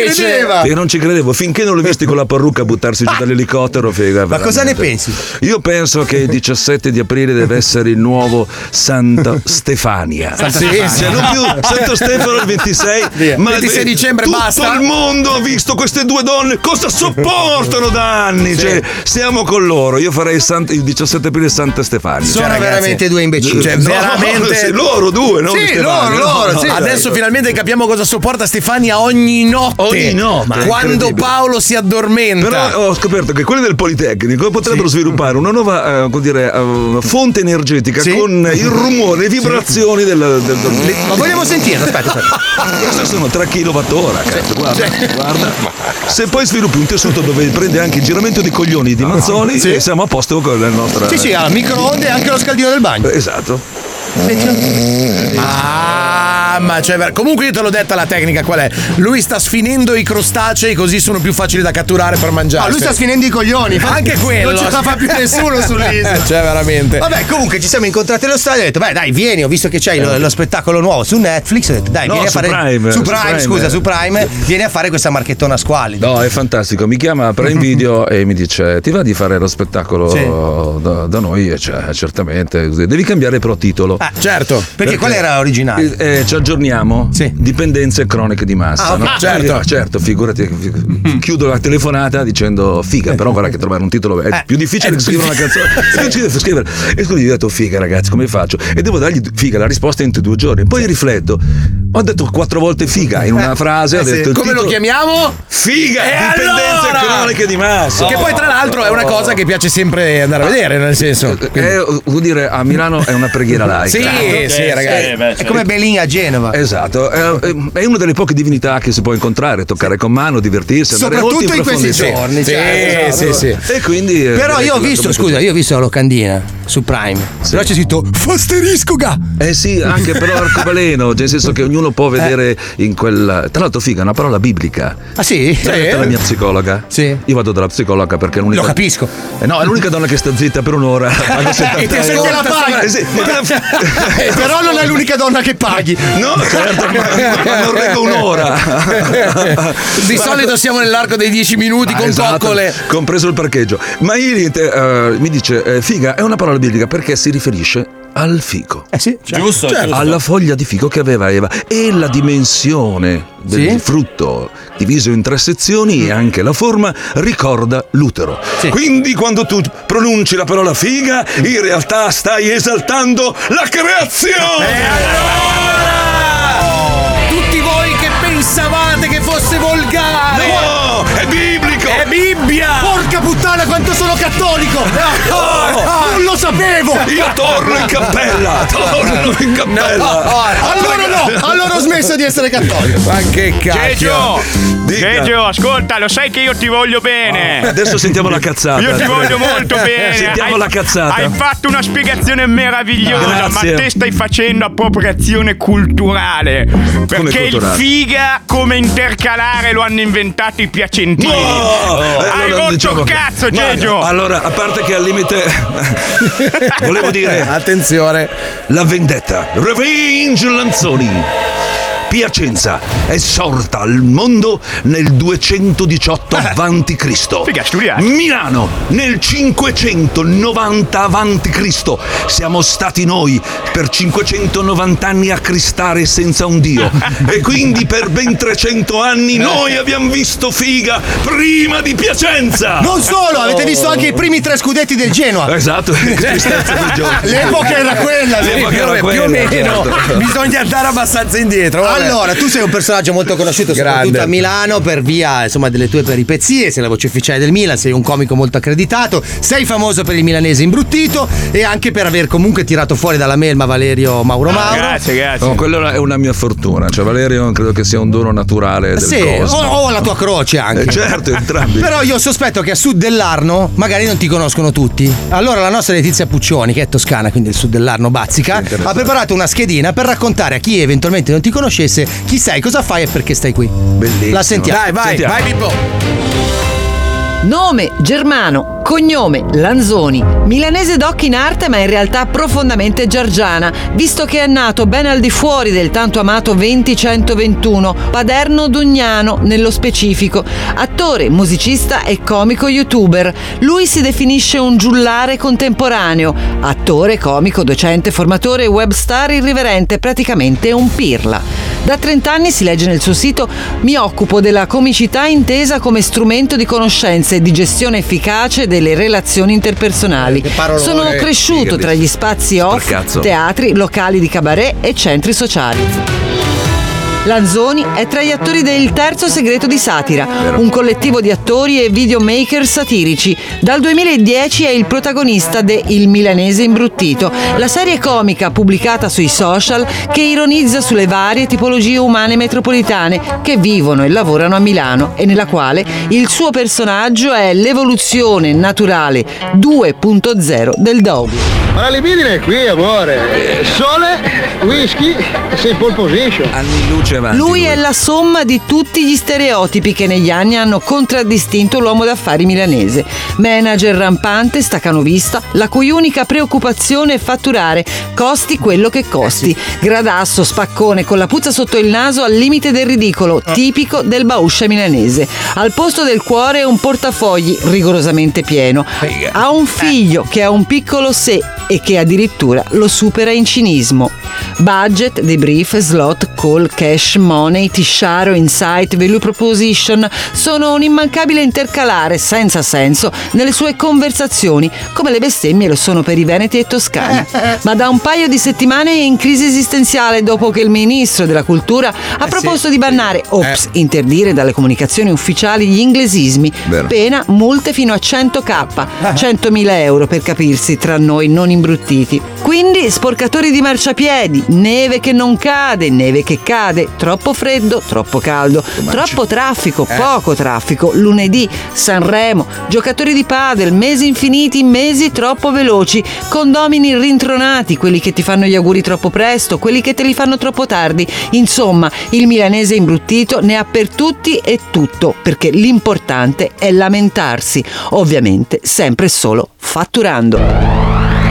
rideva. Io non ci credevo finché non l'ho visto con la parrucca buttarsi giù dall'elicottero. Figa, ma cosa ne pensi? Io penso che il 17 di aprile deve essere il nuovo Santa Stefania. Cioè, non più Santo Stefano il 26, ma 26 dicembre tutto basta. Tutto il mondo ha visto queste due donne cosa sopportano da anni. Cioè, stiamo con loro. Io farei il 17 aprile Santa Stefania. Sono veramente due imbecilli. Cioè, veramente loro due, no? Sì, loro. Sì. Adesso finalmente capiamo cosa sopporta Stefania ogni notte. Quando Paolo si addormenta. Però ho scoperto che quelli del Politecnico potrebbero sviluppare una nuova fonte energetica con il rumore, le vibrazioni del ma vogliamo sentire? Aspetta. Questi sono 3 kWh, cazzo. Guarda. Se poi sviluppi un tessuto dove prende anche il giramento di coglioni di Mazzoni, siamo a posto con la nostra. Sì, ha microonde e anche lo scaldino del bagno. Esatto. Ma cioè, comunque io te l'ho detta la tecnica qual è. Lui sta sfinendo i crostacei così sono più facili da catturare per mangiare. Lui sta sfinendo i coglioni. Anche quello. Non ce la fa più nessuno sull'isola. Cioè veramente. Vabbè, comunque ci siamo incontrati allo stadio e ho detto beh dai vieni, ho visto che c'hai lo spettacolo nuovo su Netflix, ho detto dai vieni a fare su Prime, vieni a fare questa marchettona squalida. No, è fantastico, mi chiama Prime Video e mi dice ti va di fare lo spettacolo da noi? Cioè, certamente, devi cambiare però titolo. Certo. Perché qual era originale? Ci aggiorniamo. Dipendenze croniche di massa. No? Certo, figurati. Chiudo la telefonata dicendo figa, però guarda che trovare un titolo è più difficile che scrivere una canzone. E quindi ho detto figa ragazzi, come faccio? E devo dargli figa la risposta entro 2 giorni. Poi rifletto. Ho detto 4 volte figa in una frase. Ho detto come lo chiamiamo? Figa! Dipendenze croniche di massa. Che poi tra l'altro è una cosa che piace sempre andare a vedere, nel senso. Vuol dire a Milano è una preghiera laica. Sì, ragazzi. È come Belin a Genova. Esatto, è una delle poche divinità che si può incontrare, toccare con mano, divertirsi, andare molto in questi giorni. Sì. E quindi però io ho visto la locandina su Prime. Però c'è scritto Fasteriscoga. Sì, anche però arcobaleno, nel senso che ognuno può vedere in quella. Tra l'altro figa, è una parola biblica. Ah sì? La mia psicologa. Sì. Io vado dalla psicologa perché è l'unica. Lo capisco. No, è l'unica donna che sta zitta per un'ora. E ti ascolta la paghi. Però non è l'unica donna che paghi. No, certo, ma non reggo un'ora. Di solito siamo nell'arco dei 10 minuti con coccole. Compreso il parcheggio. Ma mi dice, figa, è una parola biblica perché si riferisce al fico. Giusto. Alla foglia di fico che aveva Eva. E la dimensione del frutto diviso in 3 sezioni e anche la forma ricorda l'utero. Quindi quando tu pronunci la parola figa, in realtà stai esaltando la creazione. Tutti voi che pensavate che fosse volgare. No, è biblico. È Bibbia. Porca puttana quanto sono cattolico. Non lo sapevo. Io torno in cappella. Allora ho smesso di essere cattolico. Ma che cacchio. Gigio, ascolta, lo sai che io ti voglio bene. Adesso sentiamo la cazzata. Io ti voglio molto bene. Sentiamo la cazzata. Hai fatto una spiegazione meravigliosa. Grazie. Ma te stai facendo appropriazione culturale. Perché il figa come intercalare lo hanno inventato i piacentini. Hai rotto il cazzo, Gigio. Allora, a parte che al limite volevo dire, attenzione, la vendetta, Revenge Lanzoni. Piacenza è sorta al mondo nel 218 a.C. Figa, studiato. Milano nel 590 a.C. Siamo stati noi per 590 anni a cristare senza un dio. E quindi per ben 300 anni noi abbiamo visto figa prima di Piacenza. Non solo, avete visto anche i primi 3 scudetti del Genoa. Esatto, l'epoca era quella. Più o meno. Certo. Bisogna andare abbastanza indietro. Allora, tu sei un personaggio molto conosciuto soprattutto a Milano per via insomma delle tue peripezie, sei la voce ufficiale del Milan, sei un comico molto accreditato, sei famoso per il milanese imbruttito e anche per aver comunque tirato fuori dalla melma Valerio Mauro. Grazie. No, quello è una mia fortuna, cioè Valerio credo che sia un dono naturale del cosmo. O la tua croce anche. Certo, entrambi. Però io sospetto che a sud dell'Arno magari non ti conoscono tutti. Allora la nostra Letizia Puccioni, che è toscana, quindi il sud dell'Arno bazzica, ha preparato una schedina per raccontare a chi eventualmente non ti conoscesse chi sei, cosa fai e perché stai qui. Bellissimo. La sentiamo. Dai, vai Pippo. Nome Germano, cognome Lanzoni, milanese d'occhi in arte ma in realtà profondamente giargiana, visto che è nato ben al di fuori del tanto amato 20-121, paderno-dugnano nello specifico. Attore, musicista e comico youtuber. Lui si definisce un giullare contemporaneo. Attore, comico, docente, formatore, webstar irriverente, praticamente un pirla. Da 30 anni, si legge nel suo sito, mi occupo della comicità intesa come strumento di conoscenza e di gestione efficace delle relazioni interpersonali. Sono cresciuto tra gli spazi off, teatri, locali di cabaret e centri sociali. Lanzoni è tra gli attori del Terzo Segreto di Satira, un collettivo di attori e videomaker satirici. Dal 2010 è il protagonista de Il Milanese Imbruttito, la serie comica pubblicata sui social che ironizza sulle varie tipologie umane metropolitane che vivono e lavorano a Milano e nella quale il suo personaggio è l'evoluzione naturale 2.0 del dog. Ma la libidine è qui, amore. Sole, whisky, sei in pole position. Anni luce avanti. Lui è la somma di tutti gli stereotipi che negli anni hanno contraddistinto l'uomo d'affari milanese. Manager rampante, staccanovista, la cui unica preoccupazione è fatturare, costi quello che costi. Gradasso, spaccone, con la puzza sotto il naso al limite del ridicolo, tipico del bauscia milanese. Al posto del cuore un portafogli rigorosamente pieno. Ha un figlio che ha un piccolo sé e che addirittura lo supera in cinismo. Budget, debrief, slot, call, cash, money, Tisharo, insight, value proposition sono un immancabile intercalare senza senso nelle sue conversazioni, come le bestemmie lo sono per i veneti e toscani. Ma da un paio di settimane è in crisi esistenziale dopo che il ministro della cultura ha proposto di bannare, interdire dalle comunicazioni ufficiali gli inglesismi, pena multe fino a 100k, 100.000 euro per capirsi, tra noi non imbruttiti. Quindi sporcatori di marciapiedi, neve che non cade, neve che cade, troppo freddo, troppo caldo, troppo traffico, poco traffico, lunedì, Sanremo, giocatori di padel, mesi infiniti, mesi troppo veloci, condomini rintronati, quelli che ti fanno gli auguri troppo presto, quelli che te li fanno troppo tardi. Insomma, il milanese imbruttito ne ha per tutti e tutto, perché l'importante è lamentarsi, ovviamente sempre e solo fatturando.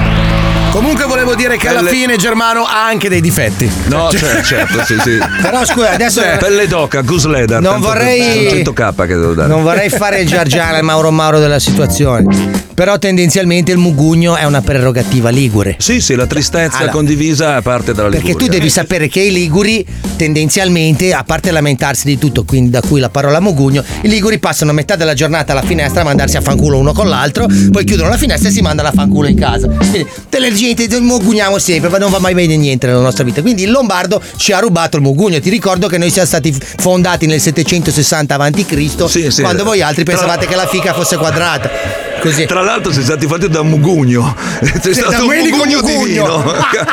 Comunque volevo dire che alla fine Germano ha anche dei difetti. No, certo, sì. Però scusa, adesso pelle d'oca, Gusleder. Non vorrei 100k che devo dare. Non vorrei fare il Giargiana e Mauro della situazione. Però tendenzialmente il mugugno è una prerogativa ligure. Sì, la tristezza condivisa parte dalla Liguria. Perché tu devi sapere che i liguri tendenzialmente, a parte lamentarsi di tutto, quindi da cui la parola mugugno, i liguri passano metà della giornata alla finestra a mandarsi a fanculo uno con l'altro, poi chiudono la finestra e si mandano a fanculo in casa. Quindi mugugniamo sempre, ma non va mai bene niente nella nostra vita. Quindi il lombardo ci ha rubato il mugugno. Ti ricordo che noi siamo stati fondati nel 760 a.C., quando voi altri pensavate che la fica fosse quadrata. Così. Tra l'altro sei stati fatti da mugugno. Sei stato un mugugno divino.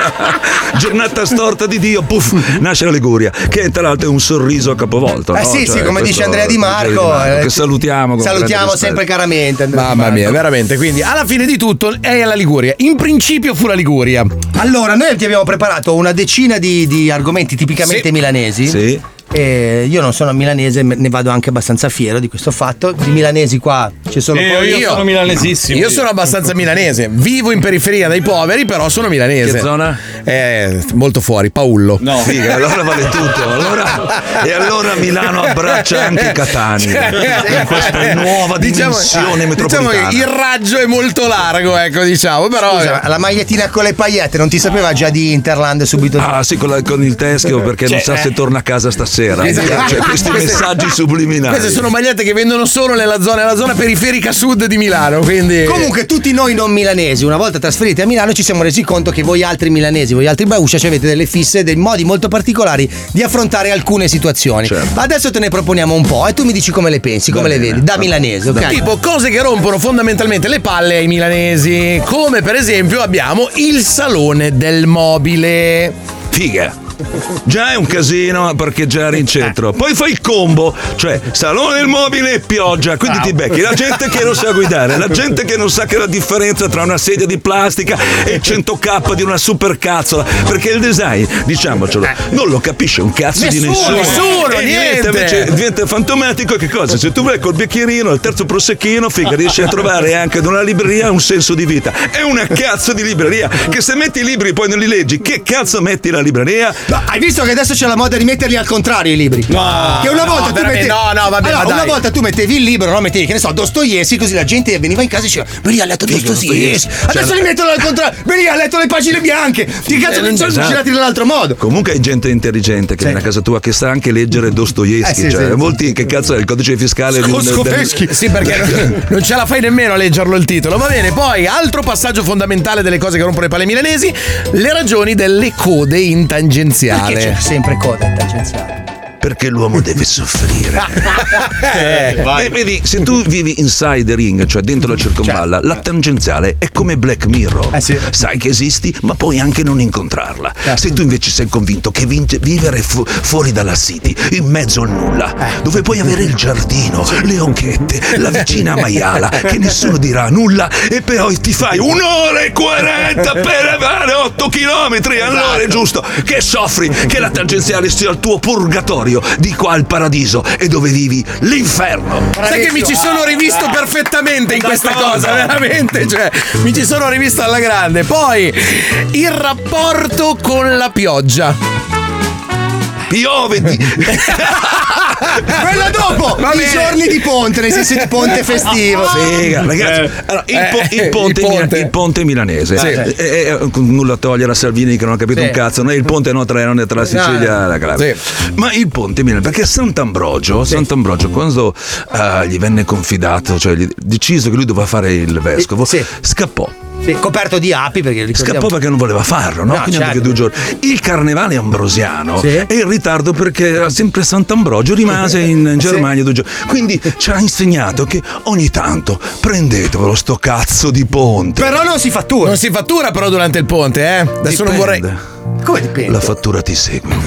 Giornata storta di Dio, puff, nasce la Liguria, che tra l'altro è un sorriso a capovolto. Sì, come dice Andrea Di Marco, che salutiamo sempre caramente. Mamma mia, veramente. Quindi alla fine di tutto è la Liguria. In principio fu la Liguria. Allora, noi ti abbiamo preparato una decina di argomenti tipicamente milanesi. Sì. Io non sono milanese, ne vado anche abbastanza fiero di questo fatto. Di milanesi qua c'è solo io sono milanesissimo. Io sono abbastanza milanese. Vivo in periferia dai poveri, però sono milanese. Che zona? Molto fuori, Paullo. No, figa, allora vale tutto. E allora Milano abbraccia anche Catania in questa nuova dimensione metropolitana. Diciamo che il raggio è molto largo, ecco, diciamo. Però scusa, la magliettina con le paillette non ti sapeva già di Interland subito? Ah, sì, con il teschio, perché non sa se torna a casa stasera. Cioè, questi messaggi subliminali. Queste sono magliette che vendono solo nella zona periferica sud di Milano. Quindi comunque tutti noi non milanesi, una volta trasferiti a Milano, ci siamo resi conto che voi altri milanesi, voi altri bauscia, avete delle fisse, dei modi molto particolari di affrontare alcune situazioni. Certo. Adesso te ne proponiamo un po' e tu mi dici come le pensi, come le vedi da milanese, ok? Tipo cose che rompono fondamentalmente le palle ai milanesi, come per esempio abbiamo il salone del mobile. Figa. Già è un casino parcheggiare in centro. Poi fai il combo, cioè salone del mobile e pioggia. Quindi ti becchi la gente che non sa guidare, la gente che non sa che è la differenza tra una sedia di plastica e il 100k di una supercazzola. Perché il design, diciamocelo, non lo capisce un cazzo di nessuno. Niente. Diventa fantomatico. Che cosa? Se tu vai col bicchierino, il terzo prosecchino, figa, riesci a trovare anche ad una libreria un senso di vita. È una cazzo di libreria che se metti i libri poi non li leggi, che cazzo metti la libreria? No, hai visto che adesso c'è la moda di metterli al contrario i libri? No, che una volta tu mettevi. Vabbè, allora, una volta tu mettevi il libro, no? Mettevi, che ne so, Dostoevskij, così la gente veniva in casa e diceva: veni a letto Dostoevskij. Adesso li mettono al contrario, veni a letto le pagine bianche. Ti cazzo non sono girati nell'altro modo. Comunque hai gente intelligente che viene a casa tua che sa anche leggere Dostoevskij. Molti che cazzo è il codice fiscale di Sì, perché non ce la fai nemmeno a leggerlo il titolo. Va bene, poi altro passaggio fondamentale delle cose che rompono le palle milanesi: le ragioni delle code in tangenziale. Perché c'è sempre coda in tangenziale? Perché l'uomo deve soffrire. Vedi, se tu vivi inside the ring, cioè dentro la circonvalla, la tangenziale è come Black Mirror. Sai che esisti, ma puoi anche non incontrarla. Se tu invece sei convinto che vivere fuori dalla city, in mezzo al nulla, dove puoi avere il giardino, le occhiette, la vicina maiala, che nessuno dirà nulla, e poi ti fai 1 ora e 40 per fare 8 chilometri all'ora, è giusto che soffri, che la tangenziale sia il tuo purgatorio. Di qua al paradiso e dove vivi l'inferno. Sai che mi ci sono rivisto perfettamente in questa cosa, veramente, cioè mi ci sono rivisto alla grande. Poi il rapporto con la pioggia. Piove quella dopo i giorni di ponte, nel senso di ponte festivo. Figa, ragazzi. Allora, il ponte milanese. Nulla a togliere a Salvini che non ha capito un cazzo. Non è il ponte tra la Sicilia e la Calabria. Ma il ponte milanese, perché Sant'Ambrogio, quando gli venne confidato, cioè deciso che lui doveva fare il vescovo, scappò. Coperto di api perché scappò perché non voleva farlo, no? Quindi certo. 2 giorni. Il carnevale ambrosiano è in ritardo perché sempre Sant'Ambrogio rimase in Germania 2 giorni. Quindi ci ha insegnato che ogni tanto prendetevelo sto cazzo di ponte. Però non si fattura. Non si fattura però durante il ponte, Adesso non vorrei. Come dipende? La fattura ti segue.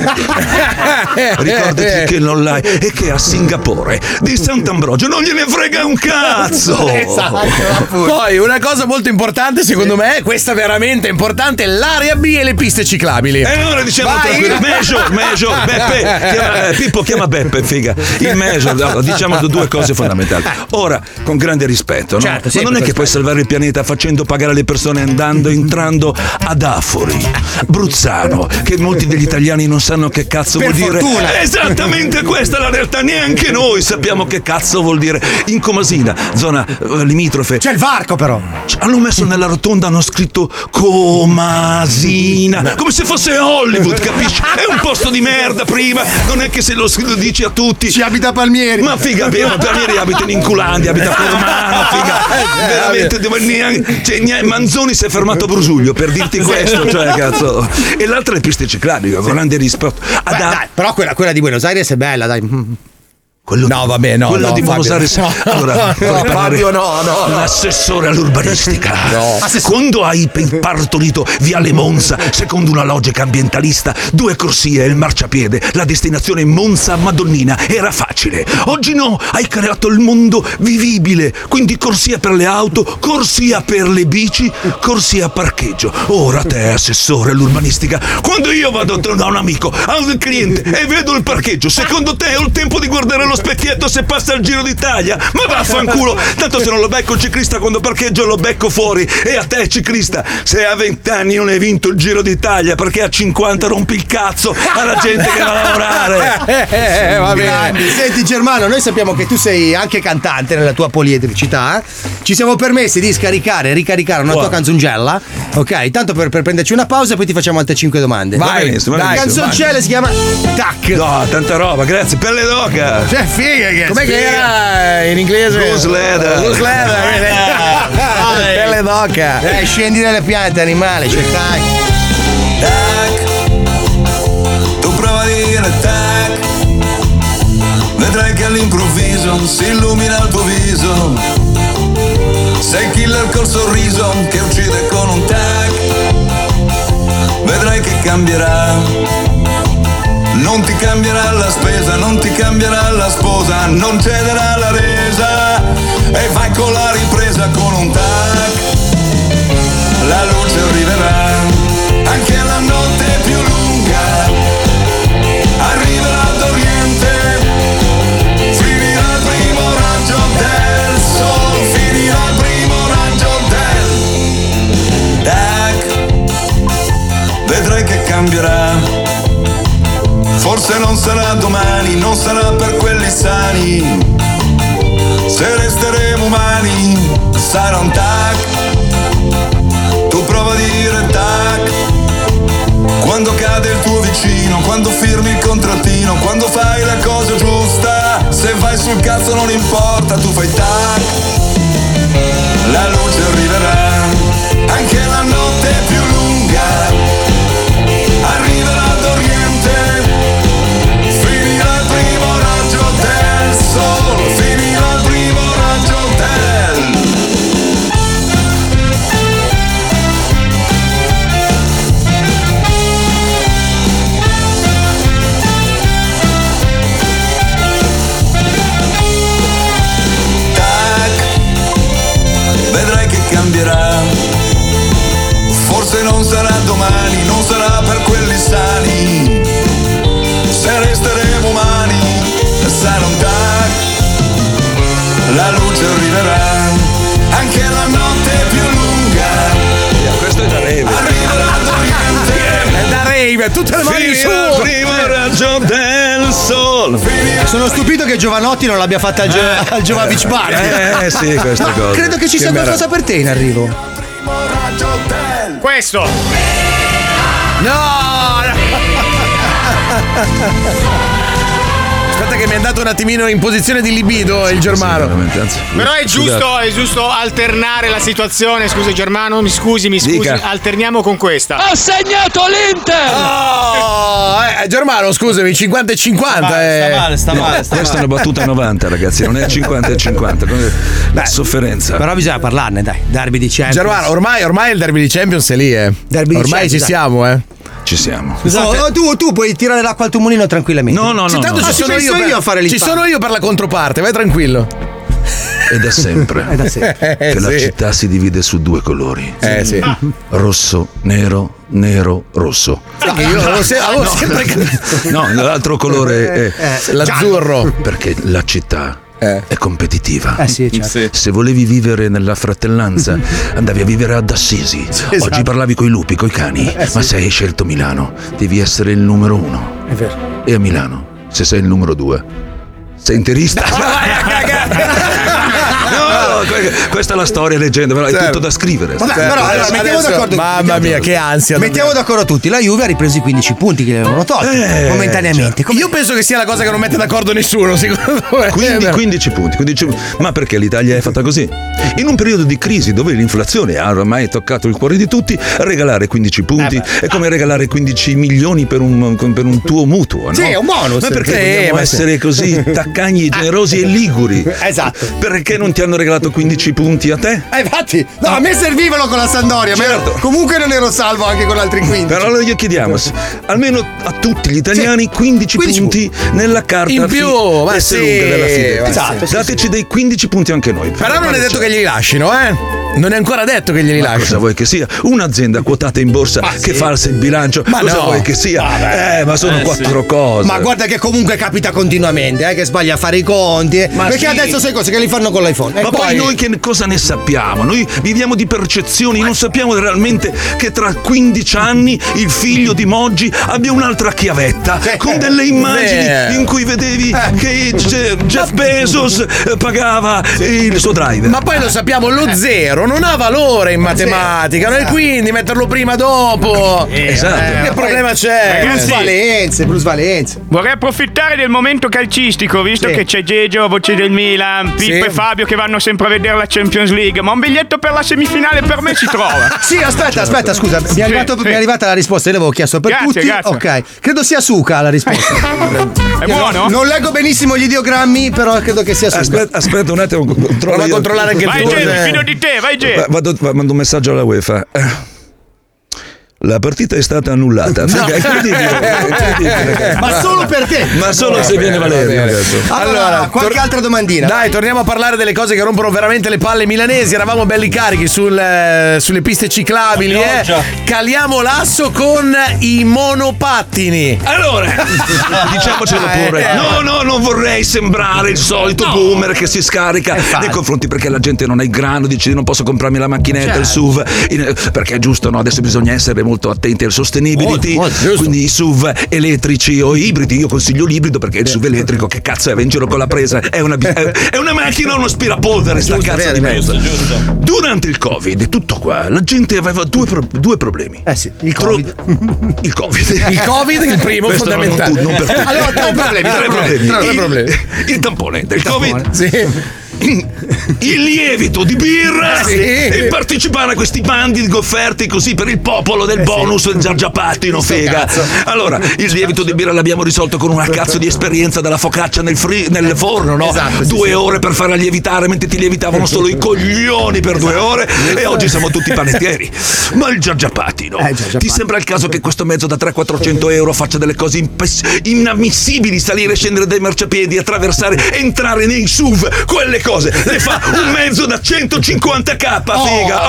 Ricordati che non l'hai e che a Singapore di Sant'Ambrogio non gliene frega un cazzo. Esatto. Poi una cosa molto importante secondo me, questa veramente importante, l'area B e le piste ciclabili. E allora diciamo Major, Beppe, Pippo chiama Beppe, figa. Il Major, diciamo 2 cose fondamentali. Ora, con grande rispetto, no? Certo, ma non è che puoi salvare il pianeta facendo pagare le persone entrando ad Afori, Bruzzano, che molti degli italiani non sanno che cazzo vuol dire. Esattamente questa è la realtà, neanche noi sappiamo che cazzo vuol dire. In Comasina, zona limitrofe, c'è il varco però. Hanno messo nella rotonda, hanno scritto Comasina, come se fosse Hollywood, capisci? È un posto di merda prima, non è che se lo dici a tutti. Ci abita Palmieri. Ma figa, Palmieri abita in Inculandia, abita a Cormano, figa. Veramente, Manzoni si è fermato a Brusuglio per dirti questo, cioè cazzo. E l'altra le piste ciclabili, con grande rispetto. Dai, però quella di Buenos Aires è bella, dai. No, vabbè, no. Quello di Buenos Aires. Allora, Fabio, no. L'assessore all'urbanistica. No. Quando hai partorito Viale Monza, secondo una logica ambientalista, 2 corsie e il marciapiede, la destinazione Monza Madonnina era facile. Oggi no, hai creato il mondo vivibile. Quindi corsia per le auto, corsia per le bici, corsia parcheggio. Ora te, assessore all'urbanistica, quando io vado da un amico, a un cliente e vedo il parcheggio, secondo te ho il tempo di guardare lo specchietto se passa il Giro d'Italia? Ma vaffanculo, tanto se non lo becco il ciclista quando parcheggio lo becco fuori. E a te ciclista, se a 20 anni non hai vinto il Giro d'Italia perché a 50 rompi il cazzo alla gente che va a lavorare. Va bene. Senti Germano, noi sappiamo che tu sei anche cantante nella tua poliedricità. Ci siamo permessi di scaricare e ricaricare una tua canzoncella, ok? Tanto per prenderci una pausa e poi ti facciamo altre 5 domande. Vai, la canzoncella si chiama Tac. No, tanta roba, grazie. Pelle d'oca. Figa che com'è che era in inglese? Loose leather. Pelle d'oca. Scendi dalle piante, animale, cercai. Tac, tu prova a dire tac, vedrai che all'improvviso si illumina il tuo viso. Sei killer col sorriso che uccide con un tac, vedrai che cambierà. Non ti cambierà la spesa, non ti cambierà la sposa, non cederà la resa e vai con la ripresa con un tac. La luce arriverà anche la notte più lunga, arriverà d'Oriente, finirà il primo raggio del sole, finirà il primo raggio del tac. Vedrai che cambierà. Forse non sarà domani, non sarà per quelli sani. Se resteremo umani, sarà un tac. Tu prova a dire tac. Quando cade il tuo vicino, quando firmi il contrattino, quando fai la cosa giusta, se vai sul cazzo non importa, tu fai tac. La luce arriverà, anche la notte più lunga, arriverà d'Oriente, finirà il primo raggio del sole, finirà il primo raggio del... Vedrai che cambierà. Forse non sarà domani, non sarà per quelli sani. Se resteremo umani, sarà un tac. La luce arriverà, anche la notte più lunga. Questo è da rave. Arriverà d'Oriente. È da rave, tutte le mani su. Primo raggio del sol. Sono stupito che Giovanotti non l'abbia fatta al Giova Beach Bar. Sì, questa cosa. Credo che ci sia qualcosa per te in arrivo. Questo. Aspetta che mi è andato un attimino in posizione di libido il Germano. Però è giusto alternare la situazione. Scusa Germano, mi scusi. Dica. Alterniamo con questa. Ha segnato l'Inter! Germano, scusami, 50 e 50. Sta male. Questa è una battuta 90, ragazzi, non è 50 e 50. La sofferenza. Però bisogna parlarne, dai. Derby di Champions. Germano, ormai il derby di Champions è lì, ormai ci siamo, Ci siamo. Tu puoi tirare l'acqua al tuo mulino tranquillamente. No. Tanto ci sono io a fare ci sono io per la controparte, vai tranquillo. È da sempre che la città si divide su due colori. Sì. Rosso, nero, nero, rosso. Io avevo sempre capito. No, l'altro colore è l'azzurro. Perché la città è competitiva. Certo. Se volevi vivere nella fratellanza, andavi a vivere ad Assisi. Oggi parlavi coi lupi, coi cani. Ma se hai scelto Milano, devi essere il numero 1. È vero. E a Milano, se sei il numero 2, sei interista. Vai a cagare. No, questa è la storia, leggenda, però è tutto da scrivere. Vabbè, però mettiamo d'accordo. Mamma mia, che ansia. Mettiamo d'accordo tutti. La Juve ha ripreso i 15 punti che le avevano tolti momentaneamente. Io penso che sia la cosa che non mette d'accordo nessuno, secondo me. Quindi 15 punti. Ma perché l'Italia è fatta così? In un periodo di crisi dove l'inflazione ha ormai toccato il cuore di tutti, regalare 15 punti è come regalare 15 milioni per un tuo mutuo, no? Sì, è un bonus. Ma perché dobbiamo essere così taccagni, generosi e liguri? Esatto. Perché non ti hanno regalato 15 punti a te? Infatti, no, a me servivano con la Sampdoria, certo. Ma comunque non ero salvo anche con altri 15. Però allora gli chiediamo almeno a tutti gli italiani 15 punti nella carta in più, ma sì, della Fidetti. Esatto, dateci dei 15 punti anche noi. Però non è detto che glieli lasciano, Non è ancora detto che glieli lasciano. Cosa vuoi che sia? Un'azienda quotata in borsa che falsa il bilancio. Ma cosa no. vuoi che sia? Ma sono quattro cose. Ma guarda che comunque capita continuamente, che sbaglia a fare i conti. Perché adesso sai cosa che li fanno con l'iPhone. Ma poi noi che cosa ne sappiamo? Noi viviamo di percezioni, non sappiamo realmente che tra 15 anni il figlio di Moggi abbia un'altra chiavetta con delle immagini in cui vedevi che Jeff Bezos pagava il suo driver. Ma poi lo sappiamo, lo zero non ha valore in matematica, e quindi metterlo prima dopo. Esatto. Che problema c'è? Plusvalenze. Vorrei approfittare del momento calcistico, visto che c'è Gegio, voce del Milan, Pippo e Fabio che vanno sempre a vedere la Champions League, ma un biglietto per la semifinale per me si trova. Sì, aspetta, scusa, mi è arrivata la risposta, io l'avevo chiesto per tutti. Grazie. Ok, credo sia Suca la risposta. È buono? Non leggo benissimo gli ideogrammi, però credo che sia Suca. Aspetta un attimo, prova a controllare anche il tuo. Vai Ge, mi fido di te, vai Ge. Mando un messaggio alla UEFA. La partita è stata annullata. È incredibile. Ma solo per te. Ma solo se viene Valerio. Allora, qualche altra domandina. Dai, torniamo a parlare delle cose che rompono veramente le palle milanesi. Eravamo belli carichi sulle piste ciclabili. Caliamo l'asso con i monopattini. Allora, diciamocelo pure. No, non vorrei sembrare il solito boomer che si scarica nei confronti perché la gente non ha il grano, dice non posso comprarmi la macchinetta, il SUV, perché è giusto, no? Adesso bisogna essere molto attenti al sustainability, quindi i SUV elettrici o ibridi. Io consiglio l'ibrido perché il SUV elettrico che cazzo è, va in giro con la presa, è una macchina o uno aspirapolvere, sta cazzo di mezzo. Durante il Covid, tutto qua, la gente aveva due problemi. Il Covid. Il Covid. Il Covid è il primo fondamentale. Non per tutti. Allora, tre problemi. Il tampone del Covid. Sì. Il lievito di birra e partecipare a questi bandi di offerti così per il popolo del bonus del Giargiapattino, fega. Allora, il lievito di birra l'abbiamo risolto con una cazzo di esperienza della focaccia nel forno, no? 2 ore per farla lievitare, mentre ti lievitavano solo i coglioni per 2 ore e oggi siamo tutti panettieri. Ma il Giargiapattino, ti sembra il caso che questo mezzo da 300-400 euro faccia delle cose inammissibili, salire e scendere dai marciapiedi, attraversare, entrare nei SUV, quelle cose le fa un mezzo da 150k, figa.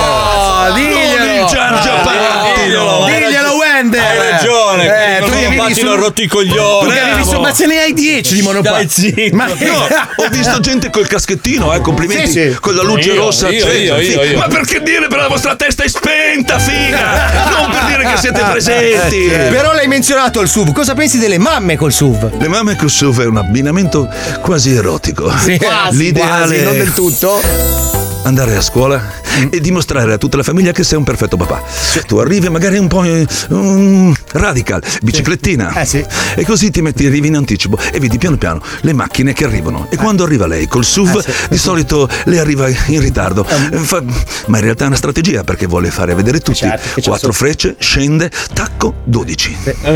Diglielo, il Giargiapattino. Diglielo, Wender. Hai ragione. Tu monopattino hanno rotto i coglioni. Ma ce ne hai 10 di monopattini. Ma ho visto gente col caschettino, complimenti, con la luce rossa accesa. Ma perché dire, per la vostra testa è spenta, figa. Non per dire che siete presenti. Però l'hai menzionato il SUV. Cosa pensi delle mamme col SUV? Le mamme col SUV è un abbinamento quasi erotico. L'ideale, non del tutto. Andare a scuola e dimostrare a tutta la famiglia che sei un perfetto papà. Tu arrivi magari un po' radical, biciclettina, e così arrivi in anticipo e vedi piano piano le macchine che arrivano. E quando arriva lei col SUV, di solito le arriva in ritardo. Ma in realtà è una strategia perché vuole fare vedere tutti. 4 frecce, scende, tacco, 12.